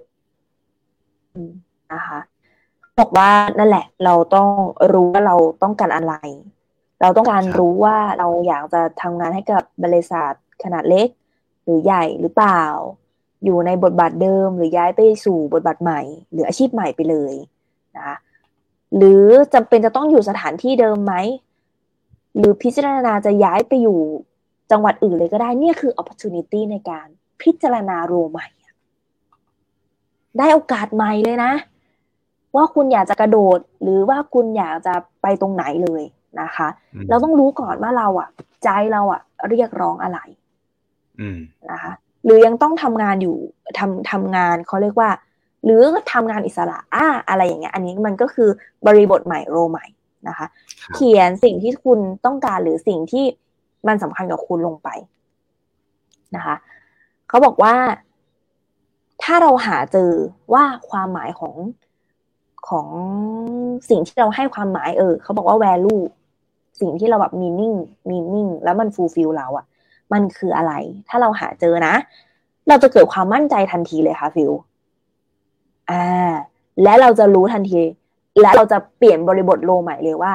นะคะบอกว่านั่นแหละเราต้องรู้ว่าเราต้องการอะไรเราต้องการรู้ว่าเราอยากจะทำงานให้กับบริษัทขนาดเล็กหรือใหญ่หรือเปล่าอยู่ในบทบาทเดิมหรือย้ายไปสู่บทบาทใหม่หรืออาชีพใหม่ไปเลยนะหรือจำเป็นจะต้องอยู่สถานที่เดิมไหมหรือพิจารณาจะย้ายไปอยู่จังหวัดอื่นเลยก็ได้เนี่ยคือ opportunity ในการพิจารณาโรใหม่ได้โอกาสใหม่เลยนะว่าคุณอยากจะกระโดดหรือว่าคุณอยากจะไปตรงไหนเลยนะคะเราต้องรู้ก่อนว่าเราอ่ะใจเราอ่ะเรียกร้องอะไรนะคะหรือยังต้องทำงานอยู่ทำทำงานเขาเรียกว่าหรือทำงานอิสระอ่าอะไรอย่างเงี้ยอันนี้มันก็คือบริบทใหม่โรใหม่นะคะเขียนสิ่งที่คุณต้องการหรือสิ่งที่มันสำคัญกับคุณลงไปนะคะเขาบอกว่าถ้าเราหาเจอว่าความหมายของของสิ่งที่เราให้ความหมายเออเขาบอกว่า value สิ่งที่เราแบบ meaning meaning แล้วมัน fulfill เราอะมันคืออะไรถ้าเราหาเจอนะเราจะเกิดความมั่นใจทันทีเลยค่ะฟิลอ่าและเราจะรู้ทันทีและเราจะเปลี่ยนบริบทโลใหม่เลยว่า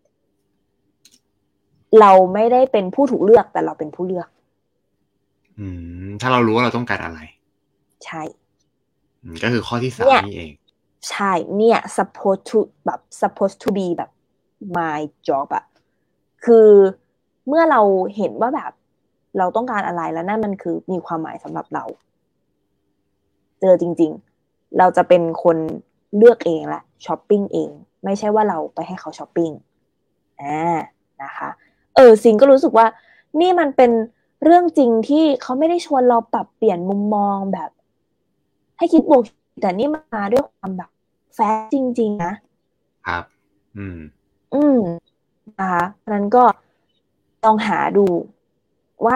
เราไม่ได้เป็นผู้ถูกเลือกแต่เราเป็นผู้เลือกอืมถ้าเรารู้ว่าเราต้องการอะไรใช่ก็คือข้อที่สามนี่เองใช่เนี่ย supposed to แบบ supposed to be แบบ my job อะคือเมื่อเราเห็นว่าแบบเราต้องการอะไรแล้วนั่นมันคือมีความหมายสำหรับเราเจอจริงๆเราจะเป็นคนเลือกเองแหละช้อปปิ้งเองไม่ใช่ว่าเราไปให้เขาช้อปปิ้งอ่านะคะเออซิงก็รู้สึกว่านี่มันเป็นเรื่องจริงที่เขาไม่ได้ชวนเราปรับเปลี่ยนมุมมองแบบให้คิดบวกแต่นี่มาด้วยความแบบแฟร์จริงๆนะครับอืมอืมนะคะนั้นก็ลองหาดูว่า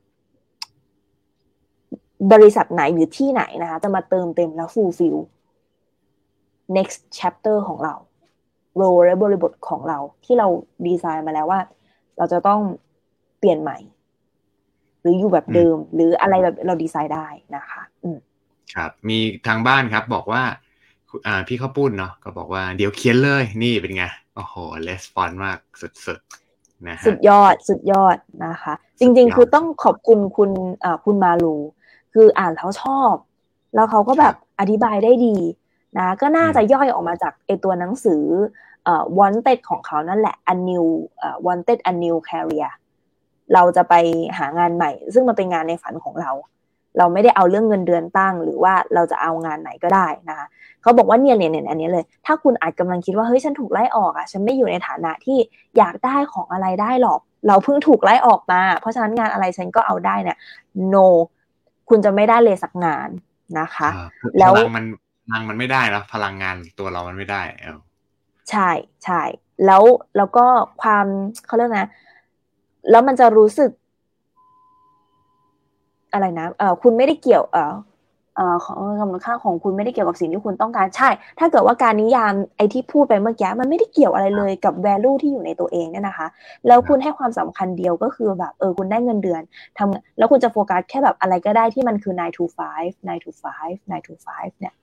บริษัทไหนหรือที่ไหนนะคะจะมาเติมเต็มแล้ว fulfill next chapter ของเรา role และบริบทของเราที่เราดีไซน์มาแล้วว่าเราจะต้องเปลี่ยนใหม่หรืออยู่แบบเดิมหรืออะไรแบบเราดีไซน์ได้นะคะอืมครับมีทางบ้านครับบอกว่าอ่าพี่ข้าวปุ้นเนาะก็บอกว่าเดี๋ยวเขียนเลยนี่เป็นไงโอ้โหレスปอนส์มากสุดๆนะฮะสุดยอดสุดยอดนะคะจริงๆคือต้องขอบคุณคุณอ่าคุณมาลูคืออ่านแล้วชอบแล้วเขาก็แบบอธิบายได้ดีนะก็น่าจะย่อยออกมาจากไอตัวหนังสือเอ่อ wanted ของเขานั่นแหละ a new เอ่อ wanted a new career เราจะไปหางานใหม่ซึ่งมันเป็นงานในฝันของเราเราไม่ได้เอาเรื่องเงินเดือนตั้งหรือว่าเราจะเอางานไหนก็ได้นะคะเขาบอกว่าเนี่ยเนี่ยเนี่ยอันนี้เลยถ้าคุณอาจกำลังคิดว่าเฮ้ยฉันถูกไล่ออกอ่ะฉันไม่อยู่ในฐานะที่อยากได้ของอะไรได้หรอกเราเพิ่งถูกไล่ออกมาเพราะฉะนั้นงานอะไรฉันก็เอาได้เนี่ย no คุณจะไม่ได้เลยสักงานนะคะแล้วพลังมันพลังมันไม่ได้นะพลังงานตัวเรามันไม่ได้เออใช่ใช่แล้วแล้วก็ความเขาเรียกนะแล้วมันจะรู้สึกอะไรนะเออคุณไม่ได้เกี่ยวเออเอ่อของกำลังค่าของคุณไม่ได้เกี่ยวกับสิ่งที่คุณต้องการใช่ถ้าเกิดว่าการนิยามไอ้ที่พูดไปเมื่อกี้มันไม่ได้เกี่ยวอะไรเลยกับ value ที่อยู่ในตัวเองเนี่ยนะคะแล้วคุณให้ความสำคัญเดียวก็คือแบบเออคุณได้เงินเดือนทำแล้วคุณจะโฟกัสแค่แบบอะไรก็ได้ที่มันคือ nine to five nine to five nine to five เนี่ย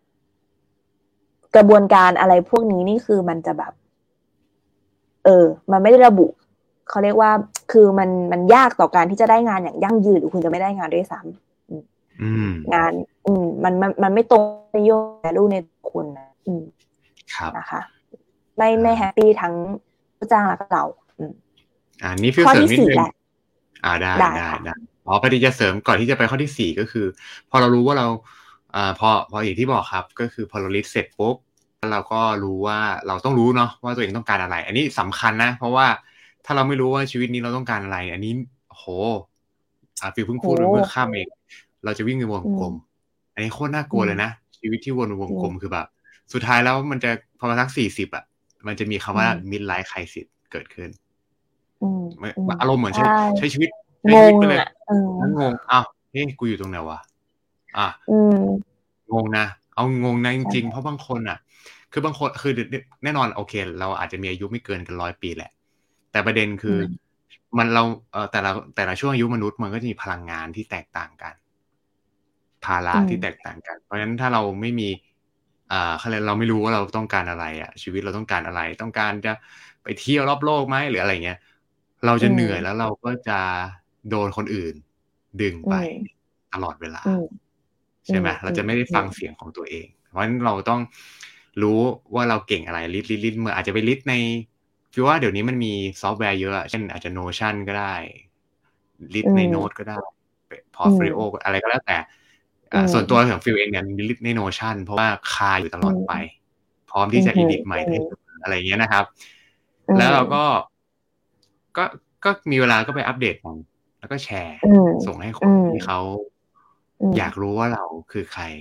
กระบวนการอะไรพวกนี้นี่คือมันจะแบบเออมันไม่ได้ระบุเขาเรียกว่าคือมันมันยากต่อการที่จะได้งานอย่างยั่งยืนหรือคุณจะไม่ได้งานด้วยซ้ำงานอืมมันมันมันไม่ตรงนโยบายรูในคุณนะอืมนะคะไม่ไม่แฮปปี้ทั้งผู้จ้างและเราอืมอ่านี่ฟิลเสริมนิดนึงอ่าได้ได้ได้อ๋อพอดีจะเสริมก่อนที่จะไปข้อที่สี่ก็คือพอเรารู้ว่าเราอ่าพอพออย่างที่บอกครับก็คือพอเราลิสต์เสร็จปุ๊บเราก็รู้ว่าเราต้องรู้เนาะว่าตัวเองต้องการอะไรอันนี้สำคัญนะเพราะว่าถ้าเราไม่รู้ว่าชีวิตนี้เราต้องการอะไรอันนี้โหอ่าฟิลเพิ่งพูดเมื่อข้ามเองเราจะวิ่งในวงกลมอันนี้โคตรน่ากลัวเลยนะชีวิตที่วนวงกลมคือแบบสุดท้ายแล้วมันจะพอมาสักสี่สิบอ่ะมันจะมีคำว่า midlife crisis เกิดขึ้นอารมณ์เหมือนใช้ใช้ชีวิตใช้ชีวิตไปเลยแล้วงงอ้าวเฮ้ยกูอยู่ตรงไหนวะอ่ะงงนะเอางงนะจริงๆเพราะบางคนอ่ะคือบางคนคือแน่นอนโอเคเราอาจจะมีอายุไม่เกินกันร้อยปีแหละแต่ประเด็นคือมันเราเอ่อแต่ละแต่ละช่วงอายุมนุษย์มันก็จะมีพลังงานที่แตกต่างกันภาระที่แตกต่างกันเพราะฉะนั้นถ้าเราไม่มีอ่าเขาเรียกเราไม่รู้ว่าเราต้องการอะไรอ่ะชีวิตเราต้องการอะไรต้องการจะไปเที่ยวรอบโลกไหมหรืออะไรเงี้ยเราจะเหนื่อยแล้วเราก็จะโดนคนอื่นดึงไปตลอดเวลาใช่ไหมเราจะไม่ได้ฟังเสียงของตัวเองเพราะฉะนั้นเราต้องรู้ว่าเราเก่งอะไรลิสต์ลิสต์ลิสต์เมื่ออาจจะไปลิสต์ในคือว่าเดี๋ยวนี้มันมีซอฟต์แวร์เยอะเช่นอาจจะ Notion ก็ได้ลิสต์ในโน้ตก็ได้พอร์ตโฟลิโออะไรก็แล้วแต่ส่วนตัวของฟิลเองเนี่ยมีลิสต์ใน Notion เพราะว่าคาอยู่ตลอดไปพร้อมที่จะอีดิทใหม่ได้อะไรอย่างเงี้ยนะครับแล้วเราก็ก็ก็มีเวลาก็ไปอัปเดตมันแล้วก็แชร์ส่งให้คนที่เขาอยากรู้ว่าเราคือใคร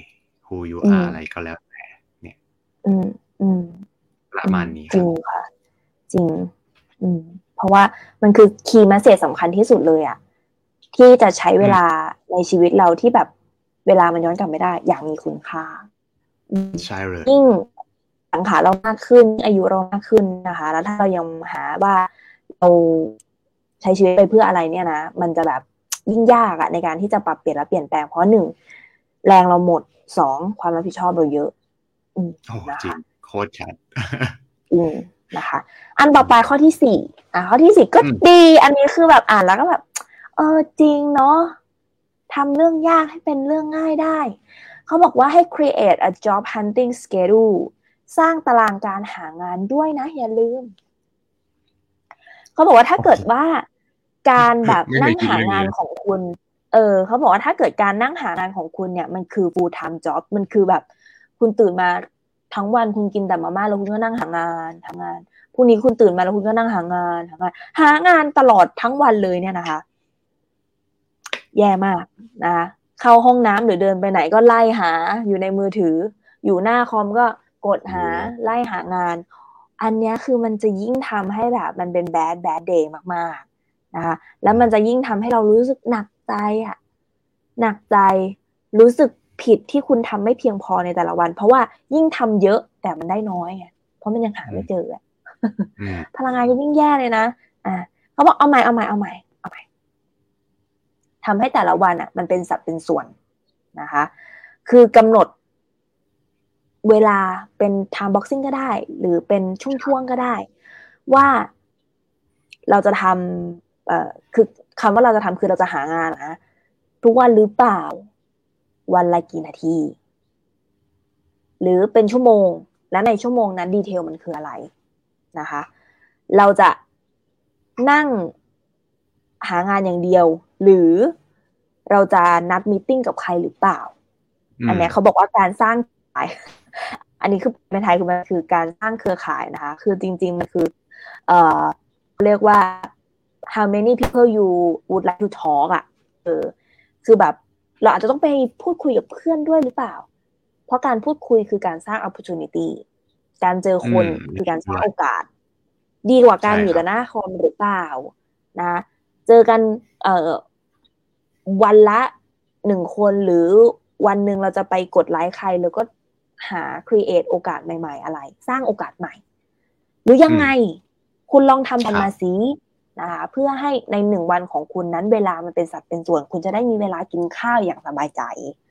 who you are อะไรก็แล้วแต่เนี่ยอืมอืมประมาณนี้จริงค่ะจริงอืมเพราะว่ามันคือคีย์เมสเสจสำคัญที่สุดเลยอะที่จะใช้เวลาในชีวิตเราที่แบบเวลามันย้อนกลับไม่ได้อย่างมีคุณค่าใช่เลยยิ่งสังขารเรามากขึ้นอายุเรามากขึ้นนะคะแล้วถ้าเรายังหาว่าเราใช้ชีวิตไปเพื่ออะไรเนี่ยนะมันจะแบบยิ่งยากอะในการที่จะปรับเปลี่ยนและเปลี่ยนแปลงเพราะหนึ่งแรงเราหมดสองความรับผิดชอบเราเยอะอืมโอ้จริงโคตรชัดอืมนะคะอันต่อไปข้อที่สี่อ่ะข้อที่สี่ก็ดี อันนี้คือแบบอ่านแล้วก็แบบเออจริงเนาะทำเรื่องยากให้เป็นเรื่องง่ายได้เขาบอกว่าให้ create a job hunting schedule สร้างตารางการหางานด้วยนะอย่าลืมเขาบอกว่าถ้าเกิดว่าการแบบนั่งหางานของคุณเออเขาบอกว่าถ้าเกิดการนั่งหางานของคุณเนี่ยมันคือ full time job มันคือแบบคุณตื่นมาทั้งวันคุณกินแต่มาม่าแล้วคุณก็นั่งหางานทำงานพรุ่งนี้คุณตื่นมาแล้วคุณก็นั่งหางานหางานหางานตลอดทั้งวันเลยเนี่ยนะคะแย่มากนะเข้าห้องน้ำหรือเดินไปไหนก็ไล่หาอยู่ในมือถืออยู่หน้าคอมก็กดหาไล่หางานอันนี้คือมันจะยิ่งทำให้แบบมันเป็น bad bad day มากๆนะคะแล้วมันจะยิ่งทำให้เรารู้สึกหนักใจอ่ะหนักใจรู้สึกผิดที่คุณทำไม่เพียงพอในแต่ละวันเพราะว่ายิ่งทำเยอะแต่มันได้น้อยไงเพราะมันยังหาไม่เจออ่ะพลังงานก็ยิ่งแย่เลยนะอ่าเขาบอกเอาใหม่เอาใหม่เอาใหม่เอาใหม่ทำให้แต่ละวันอ่ะมันเป็นสัดเป็นส่วนนะคะคือกำหนดเวลาเป็น time boxing ก็ได้หรือเป็นช่วงๆก็ได้ว่าเราจะทำเอ่อคือคำว่าเราจะทำคือเราจะหางานนะทุกวันหรือเปล่าวันละกี่นาทีหรือเป็นชั่วโมงและในชั่วโมงนั้นดีเทลมันคืออะไรนะคะเราจะนั่งหางานอย่างเดียวหรือเราจะนัดมีตติ้งกับใครหรือเปล่าอันนี้เขาบอกว่าการสร้างขายอันนี้คือในไทยคือมันคือการสร้างเครือข่ายนะคะคือจริงๆมันคือเอ่อเรียกว่า how many people you would like to talk อ่ะเออคือแบบเราอาจจะต้องไปพูดคุยกับเพื่อนด้วยหรือเปล่าเพราะการพูดคุยคือการสร้าง opportunity การเจอคนคือการสร้างโอกาสดีกว่าการอยู่แต่หน้าคอมหรือเปล่านะเจอกันเอ่อวันละหนึ่งคนหรือวันหนึ่งเราจะไปกดไลค์ใครแล้วก็หา create โอกาสใหม่ๆอะไรสร้างโอกาสใหม่หรือยังไงคุณลองทำกันมาสินะคะเพื่อให้ในหนึ่งวันของคุณนั้นเวลามันเป็นสัดเป็นส่วนคุณจะได้มีเวลากินข้าวอย่างสบายใจ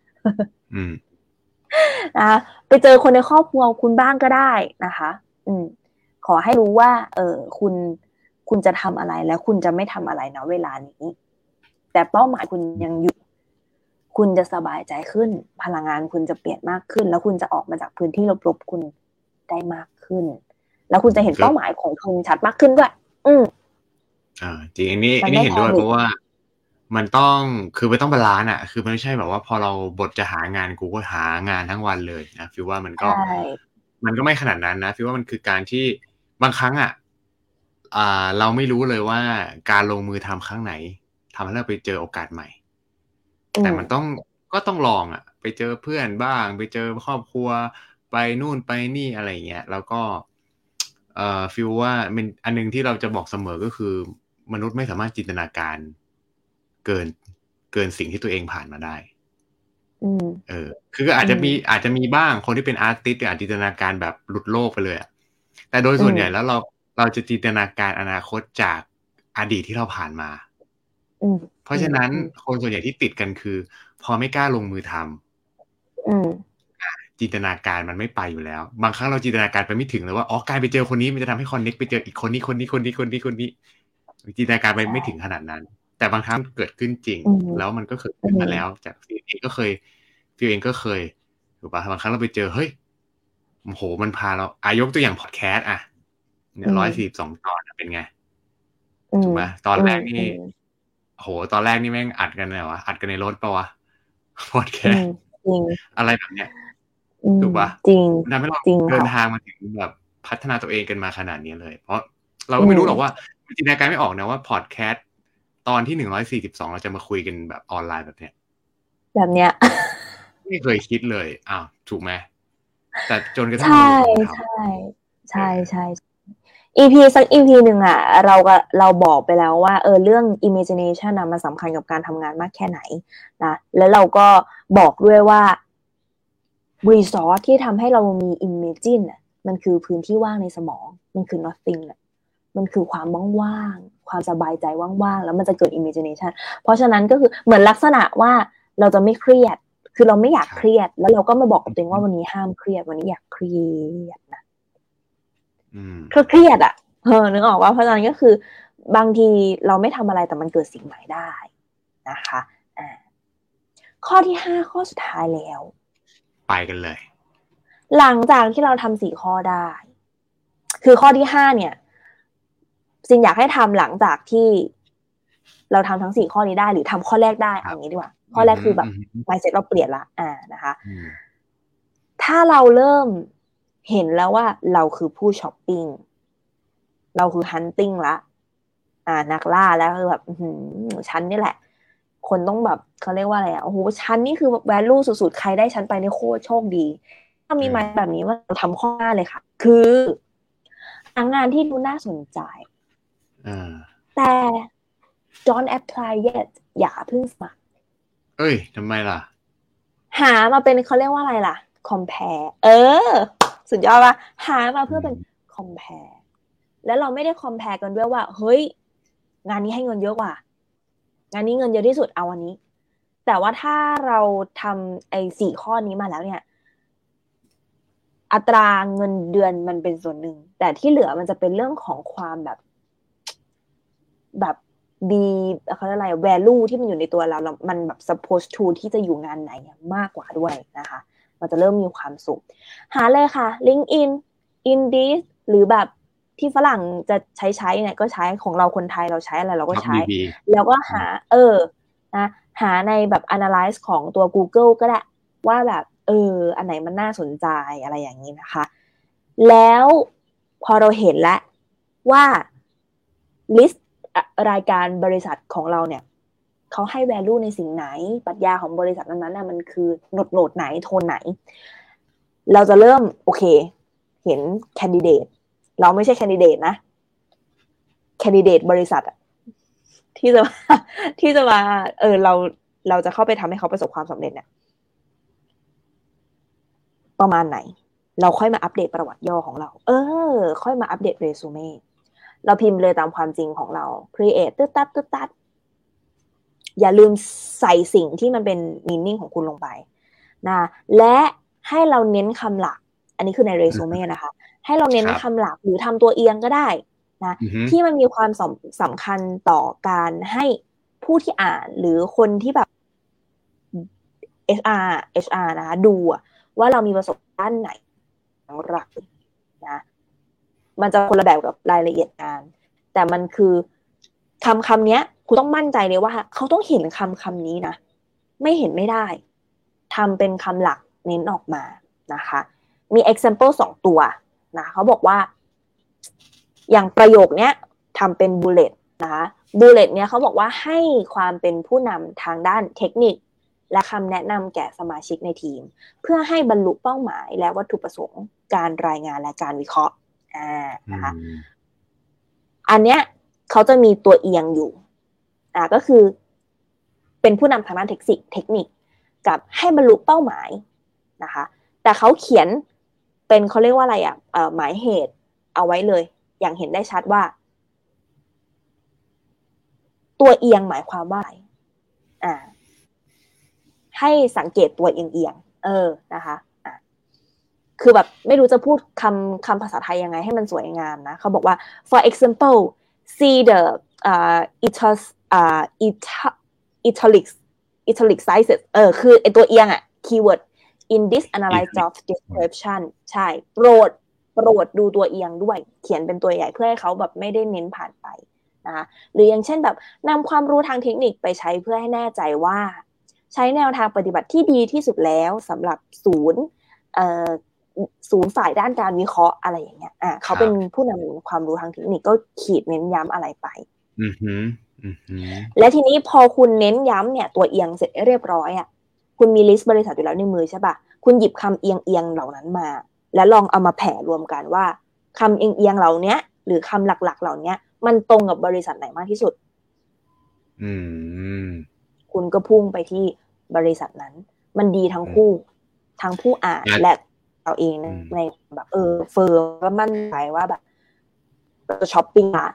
นะไปเจอคนในครอบครัวคุณบ้างก็ได้นะคะอืมขอให้รู้ว่าเออคุณคุณจะทำอะไรแล้วคุณจะไม่ทำอะไรนะเวลานี้แต่เป้าหมายคุณยังอยู่คุณจะสบายใจขึ้นพลังงานคุณจะเปลี่ยนมากขึ้นแล้วคุณจะออกมาจากพื้นที่ลบๆคุณได้มากขึ้นแล้วคุณจะเห็นเป้าหมายของคุณชัดมากขึ้นด้วยอืมอ่าจริงอันนี้อันนี้เห็นด้วยเพราะว่ามันต้องคือไม่ต้องบาลานซ์อ่ะคือมันไม่ใช่แบบว่าพอเราบทจะหางานกูก็หางานทั้งวันเลยนะฟิลว่ามันก็มันก็ไม่ขนาดนั้นนะฟิลว่ามันคือการที่บางครั้งอ่ะอ่าเราไม่รู้เลยว่าการลงมือทำครั้งไหนทำให้เราไปเจอโอกาสใหม่แต่มันต้องก็ต้องลองอ่ะไปเจอเพื่อนบ้างไปเจอครอบครัวไปนู่นไปนี่อะไรเงี้ยแล้วก็เอ่อฟีลว่ามันอันนึงที่เราจะบอกเสมอก็คือมนุษย์ไม่สามารถจินตนาการเกินเกินสิ่งที่ตัวเองผ่านมาได้เออคืออาจจะมีอาจจะมีบ้างคนที่เป็นอาร์ติสต์อาจจินตนาการแบบหลุดโลกไปเลยอ่ะแต่โดยส่วนใหญ่แล้วเราเราจะจินตนาการอนาคตจากอดีตที่เราผ่านมาเพราะฉะนั้นคนส่วนใหญ่ที่ติดกันคือพอไม่กล้าลงมือทำจินตนาการมันไม่ไปอยู่แล้วบางครั้งเราจินตนาการไปไม่ถึงเลยว่าอ๋อการไปเจอคนนี้มันจะทำให้คอนเน็กไปเจออีกคนนี้คนนี้คนนี้คนนี้คนนี้จินตนาการไปไม่ถึงขนาดนั้นแต่บางครั้งเกิดขึ้นจริงแล้วมันก็เกิดขึ้นมาแล้วจากฟิลเองก็เคยฟิลเองก็เคยถูกป่ะบางครั้งเราไปเจอเฮ้ยโอ้โหมันพาเราอายกตัวอย่างพอดแคสต์อ่ะเนี่ยร้อยสี่สิบสองตอนเป็นไงถูกป่ะตอนแรกนี่โหตอนแรกนี่แม่งอัดกันเลยวะอัดกันในรถปะวะพอดแคสต์อะไรแบบเนี้ยถูกป่ะจริงทำให้เราเดินทางมาถึงแบบพัฒนาตัวเองกันมาขนาดนี้เลยเพราะเราก็ไม่รู้หรอกว่าจินตนาการไม่ออกนะว่าพอดแคสต์ตอนที่หนึ่งร้อยสี่สิบสองเราจะมาคุยกันแบบออนไลน์แบบเนี้ยแบบเนี้ยไม่เคยคิดเลยอ้าวถูกไหมแต่จนกระทั่งใช่ใช่ใช่ใช่ อี พี สัก อี พี หนึ่งอ่ะเราก็เราบอกไปแล้วว่าเออเรื่อง imagination นะมันสำคัญกับการทำงานมากแค่ไหนนะแล้วเราก็บอกด้วยว่า resource ที่ทำให้เรามี imagine อ่ะมันคือพื้นที่ว่างในสมองมันคือ nothing อ่ะมันคือความว่างๆความสบายใจว่างๆแล้วมันจะเกิด imagination เพราะฉะนั้นก็คือเหมือนลักษณะว่าเราจะไม่เครียดคือเราไม่อยากเครียดแล้วเราก็มาบอกกับตัวเองว่าวันนี้ห้ามเครียดวันนี้อยากเครียดนะเครียดอ่ะเออนึกออกว่าเพราะฉะนั้นก็คือบางทีเราไม่ทำอะไรแต่มันเกิดสิ่งใหม่ได้นะคะอ่าข้อที่ห้าข้อสุดท้ายแล้วไปกันเลยหลังจากที่เราทำสี่ข้อได้คือข้อที่ห้าเนี่ยซินอยากให้ทำหลังจากที่เราทำทั้งสี่ข้อนี้ได้หรือทำข้อแรกได้เอางี้ดีกว่าข้อแรกคือแบบ mindset เราเปลี่ยนละอ่านะคะถ้าเราเริ่มเห็นแล้วว่าเราคือผู้ช้อปปิ้งเราคือ hunting ละอ่านักล่าแล้วคือแบบฉันนี่แหละคนต้องแบบเขาเรียกว่าอะไรอ่ะโอ้โหฉันนี่คือ value สุดๆใครได้ฉันไปนี่โคตรโชคดีถ้ามีมาแบบนี้ว่าเราทำข้อห้าเลยค่ะคือหางานที่ดูน่าสนใจแต่ don't apply yet อย่าเพิ่งสมัครเอ้ยทำไมล่ะหามาเป็นเขาเรียกว่าอะไรล่ะ compare เออสุดยอดป่ะหามาเพื่อเป็น compare แล้วเราไม่ได้ compare กันด้วยว่าเฮ้ยงานนี้ให้เงินเยอะกว่างานนี้เงินเยอะที่สุดเอาอันนี้แต่ว่าถ้าเราทำไอ้สี่ข้อนี้มาแล้วเนี่ยอัตราเงินเดือนมันเป็นส่วนหนึ่งแต่ที่เหลือมันจะเป็นเรื่องของความแบบแบบดีเขาเรียกอะไร value ที่มันอยู่ในตัวเราแล้วมันแบบ supposed to ที่จะอยู่งานไหนมากกว่าด้วยนะคะมันจะเริ่มมีความสุขหาเลยค่ะ LinkedIn Indeed หรือแบบที่ฝรั่งจะใช้ใช้เนี่ยก็ใช้ของเราคนไทยเราใช้อะไรเราก็ใช้แล้วก็หาเออนะหาในแบบ analyze ของตัว Google ก็ได้ว่าแบบเอออันไหนมันน่าสนใจอะไรอย่างนี้นะคะแล้วพอเราเห็นแล้วว่า list รายการบริษัทของเราเนี่ยเขาให้ value ในสิ่งไหนปรัชญาของบริษัทนั้นๆน่ะมันคือโหนดโหนดไหนโทนไหนเราจะเริ่มโอเคเห็น candidate เราไม่ใช่ candidate นะ candidate บริษัทอะที่จะที่จะมาเออเราเราจะเข้าไปทำให้เขาประสบความสำเร็จเนี่ยประมาณไหนเราค่อยมาอัปเดตประวัติย่อของเราเออค่อยมาอัปเดตเรซูเม่เราพิมพ์เลยตามความจริงของเรา create ตึ๊ดตัดตึ๊ดตัดอย่าลืมใส่สิ่งที่มันเป็น meaning ของคุณลงไปนะและให้เราเน้นคำหลักอันนี้คือในเรซูเม่นะคะให้เราเน้นคำหลักหรือทำตัวเอียงก็ได้นะที่มันมีความสำคัญต่อการให้ผู้ที่อ่านหรือคนที่แบบ เอช อาร์ เอช อาร์ นะคะดูว่าเรามีประสบการณ์ด้านไหนของเรานะมันจะคนละแบบกับรายละเอียดงานแต่มันคือคำคำนี้คุณต้องมั่นใจเลยว่าเขาต้องเห็นคำคำนี้นะไม่เห็นไม่ได้ทำเป็นคำหลักเน้นออกมานะคะมี example สองตัวนะเขาบอกว่าอย่างประโยคนี้ทำเป็น bullet นะคะ bullet เนี้ยเขาบอกว่าให้ความเป็นผู้นำทางด้านเทคนิคและคำแนะนำแก่สมาชิกในทีมเพื่อให้บรรลุเป้าหมายและวัตถุประสงค์การรายงานและการวิเคราะห์อ่านะคะอันเนี้ยเขาจะมีตัวเอียงอยู่อ่าก็คือเป็นผู้นำทางด้านเทคนิคเทคนิคกับให้บรรลุเป้าหมายนะคะแต่เขาเขียนเป็นเขาเรียกว่าอะไรอ่ะเอ่อหมายเหตุเอาไว้เลยอย่างเห็นได้ชัดว่าตัวเอียงหมายความว่าอะไรอ่าให้สังเกตตัวเอียงๆเออนะคะอ่ะคือแบบไม่รู้จะพูดคำคำภาษาไทยยังไงให้มันสวยงามนะเขาบอกว่า for example see the uh, ital uh, italics italic sizes เออคือไอตัวเอียงอ่ะ keyword in this analyze job description ใช่โปรดโปรดดูตัวเอียงด้วยเขียนเป็นตัวใหญ่เพื่อให้เขาแบบไม่ได้เน้นผ่านไปนะคะหรืออย่างเช่นแบบนำความรู้ทางเทคนิคไปใช้เพื่อให้แน่ใจว่าใช้แนวทางปฏิบัติที่ดีที่สุดแล้วสำหรับศูนย์เอ่อศูนย์ฝ่ายด้านการวิเคราะห์อะไรอย่างเงี้ยอ่ะเขาเป็นผู้นำความรู้ทางเทคนิคก็ขีดเน้นย้ำอะไรไปอือหืออือหือและทีนี้พอคุณเน้นย้ำเนี่ยตัวเอียงเสร็จเรียบร้อยอ่ะคุณมีลิสต์บริษัทอยู่แล้วในมือใช่ป่ะคุณหยิบคำเอียงๆเหล่านั้นมาแล้วลองเอามาแผ่รวมกันว่าคำเอียงๆเหล่านี้หรือคำหลักๆเหล่านี้มันตรงกับบริษัทไหนมากที่สุดอืมคุณก็พุ่งไปที่บริษัทนั้นมันดีทั้งคู่ทั้งผู้อ่านและเราเองในแบบเออเฟิร์มก็มั่นใจว่าแบบจะช้อปปิ้งอ่ะ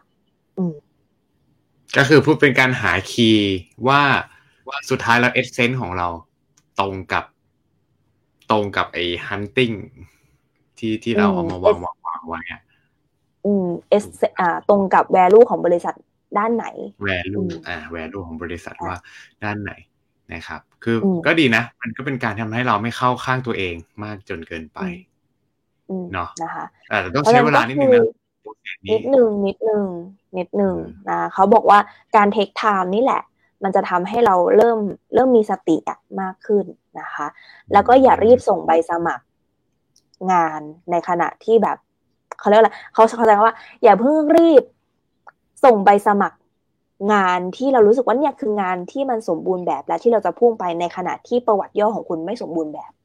ก็คือพูดเป็นการหาคีย์ว่าว่าสุดท้ายแล้วเอเซนส์ของเราตรงกับตรงกับไอ้ฮันติ้งที่ที่เราเอามาวางวางวางไว้อ่ะอืมเอสอ่าตรงกับ value ของบริษัทด้านไหน value อ่า value ของบริษัทว่าด้านไหนนะครับคือก็ดีนะมันก็เป็นการทำให้เราไม่เข้าข้างตัวเองมากจนเกินไปเนาะนะคะแต่ต้องใช้เวลานิดนึงนะนิดนึงนิดนึงนิดนึงนะเขาบอกว่าการเทคไทม์นี่แหละมันจะทำให้เราเริ่มเริ่มมีสติมากขึ้นนะคะแล้วก็อย่ารีบส่งใบสมัครงานในขณะที่แบบเขาเรียกอะไรเขาเขาใจว่าอย่าเพิ่งรีบส่งใบสมัครงานที่เรารู้สึกว่าเนี่ยคืองานที่มันสมบูรณ์แบบและที่เราจะพุ่งไปในขณะที่ประวัติย่อของคุณไม่สมบูรณ์แบบ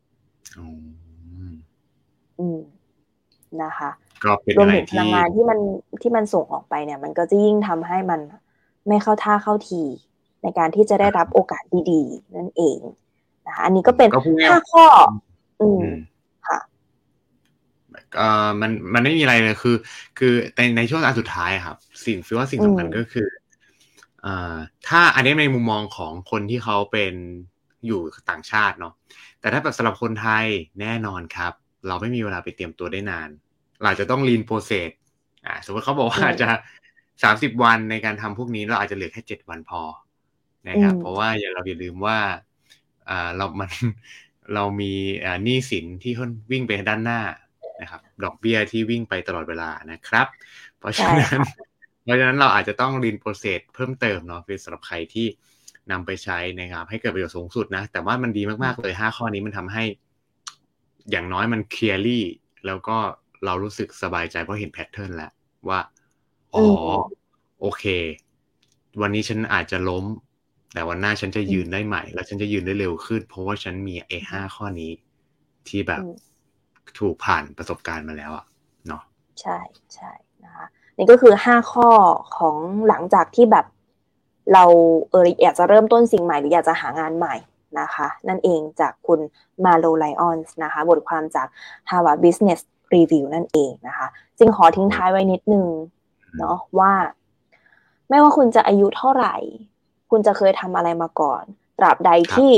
อืมนะคะรวมถึงพลังงานที่มันที่มันส่งออกไปเนี่ยมันก็จะยิ่งทำให้มันไม่เข้าท่าเข้าทีในการที่จะได้รับโอกาสดีๆนั่นเองนะคะอันนี้ก็เป็นห้าข้ออืมค่ะเอ่อมันมันไม่มีอะไรเลยคือคือในในช่วงอันสุดท้ายครับสิ่งคือว่าสิ่งสำคัญก็คืออ่าถ้าอันนี้ในมุมมองของคนที่เขาเป็นอยู่ต่างชาติเนาะแต่ถ้าแบบสำหรับคนไทยแน่นอนครับเราไม่มีเวลาไปเตรียมตัวได้นานเราจะต้องลีนโปรเซสอ่าสมมติเขาบอกว่าจะสามสิบวันในการทำพวกนี้เราอาจจะเหลือแค่เจ็ดวันพอนะครับเพราะว่าอย่าเราอย่าลืมว่าอ่าเรามันเรามีอ่าหนี้สินที่วิ่งไปด้านหน้านะครับดอกเบี้ยที่วิ่งไปตลอดเวลานะครับเพราะฉะนั้นเพราะฉะนั้นเราอาจจะต้องรีนโปรเซสเพิ่มเติมเนาะสำหรับใครที่นำไปใช้นะครับให้เกิดประโยชน์สูงสุดนะแต่ว่ามันดีมากๆเลยห้าข้อนี้มันทำให้อย่างน้อยมันเคลียร์ลี่แล้วก็เรารู้สึกสบายใจเพราะเห็นแพทเทิร์นแล้วว่าอ๋อโอเควันนี้ฉันอาจจะล้มแต่วันหน้าฉันจะยืนได้ใหม่แล้วฉันจะยืนได้เร็วขึ้นเพราะว่าฉันมีไอ้ห้าข้อนี้ที่แบบถูกผ่านประสบการณ์มาแล้วอ่ะเนาะใช่ใช่นะคะนี่ก็คือห้าข้อของหลังจากที่แบบเราเอออยากจะเริ่มต้นสิ่งใหม่หรืออยากจะหางานใหม่นะคะนั่นเองจากคุณมาโลไลออนส์นะคะบทความจาก Harvard Business Review นั่นเองนะคะจึงขอทิ้งท้ายไว้นิดนึงเนาะว่าไม่ว่าคุณจะอายุเท่าไหร่คุณจะเคยทำอะไรมาก่อนตราบใดที่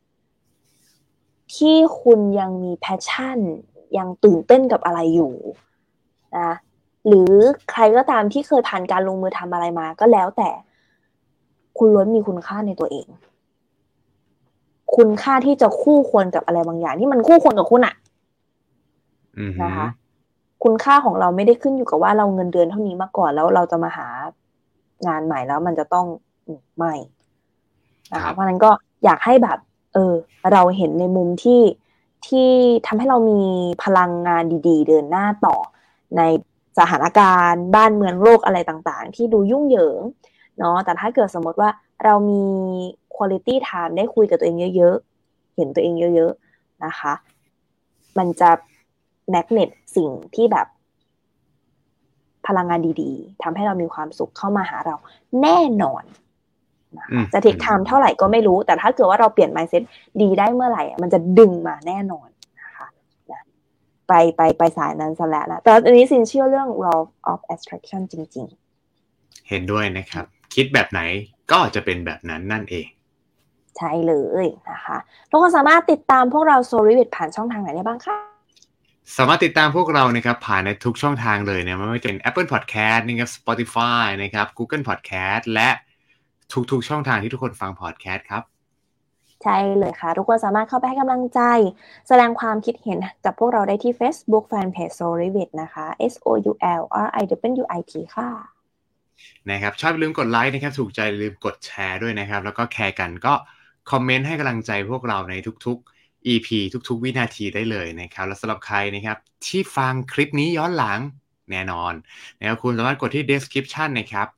ที่คุณยังมีแพชชั่นยังตื่นเต้นกับอะไรอยู่นะหรือใครก็ตามที่เคยผ่านการลงมือทำอะไรมาก็แล้วแต่คุณล้วนมีคุณค่าในตัวเองคุณค่าที่จะคู่ควรกับอะไรบางอย่างที่มันคู่ควรกับคุณอะนะคะคุณค่าของเราไม่ได้ขึ้นอยู่กับว่าเราเงินเดือนเท่านี้มาก่อนแล้วเราจะมาหางานใหม่แล้วมันจะต้องไม่นะคะเพราะนั้นก็อยากให้แบบเออเราเห็นในมุมที่ที่ทำให้เรามีพลังงานดีๆเดินหน้าต่อในสถานการณ์บ้านเมืองโลกอะไรต่างๆที่ดูยุ่งเหยิงเนาะแต่ถ้าเกิดสมมติว่าเรามี quality time ได้คุยกับตัวเองเยอะๆเห็นตัวเองเยอะๆนะคะมันจะแมกเนตสิ่งที่แบบพลังงานดีๆทำให้เรามีความสุขเข้ามาหาเราแน่นอนจะเทคไทม์เท่าไหร่ก็ไม่รู้แต่ถ้าเกิดว่าเราเปลี่ยน mindset ดีได้เมื่อไหร่มันจะดึงมาแน่นอนนะคะนะไปไปไปสายนั้นซะแล้วนะแต่อันนี้ซินเชื่อเรื่อง law of attraction จริงๆเห็นด้วยนะครับคิดแบบไหนก็จะเป็นแบบนั้นนั่นเองใช่เลยนะคะทุกคนสามารถติดตามพวกเรา Solivit ผ่านช่องทางไหนได้บ้างคะสามารถติดตามพวกเรานะครับผ่านในทุกช่องทางเลยนะไม่ว่าจะเป็น Apple Podcast นะครับ Spotify นะครับ Google Podcast และทุกๆช่องทางที่ทุกคนฟัง podcast ครับใช่เลยค่ะทุกคนสามารถเข้าไปให้กำลังใจแสดงความคิดเห็นกับพวกเราได้ที่ Facebook Fanpage Solivit นะคะ S O U L R I W I T ค่ะนะครับชอบอย่าลืมกดไลค์นะครับถูกใจอย่าลืมกดแชร์ด้วยนะครับแล้วก็แคร์กันก็คอมเมนต์ให้กำลังใจพวกเราในทุกๆ อี พี ทุกๆวินาทีได้เลยนะครับและสำหรับใครนะครับที่ฟังคลิปนี้ย้อนหลังแน่นอนนะครับคุณสามารถกดที่ description นะครับ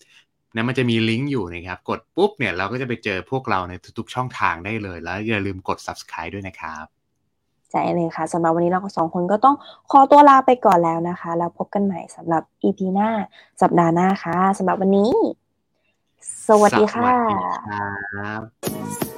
นะมันจะมีลิงก์อยู่นะครับกดปุ๊บเนี่ยเราก็จะไปเจอพวกเราในทุกๆช่องทางได้เลยแล้วอย่าลืมกด Subscribe ด้วยนะครับใช่เลยค่ะสำหรับวันนี้เราสองคนก็ต้องขอตัวลาไปก่อนแล้วนะคะแล้วพบกันใหม่สำหรับ อี พี หน้าสัปดาห์หน้าค่ะสำหรับวันนี้สวัสดีค่ะสวัสดีครับ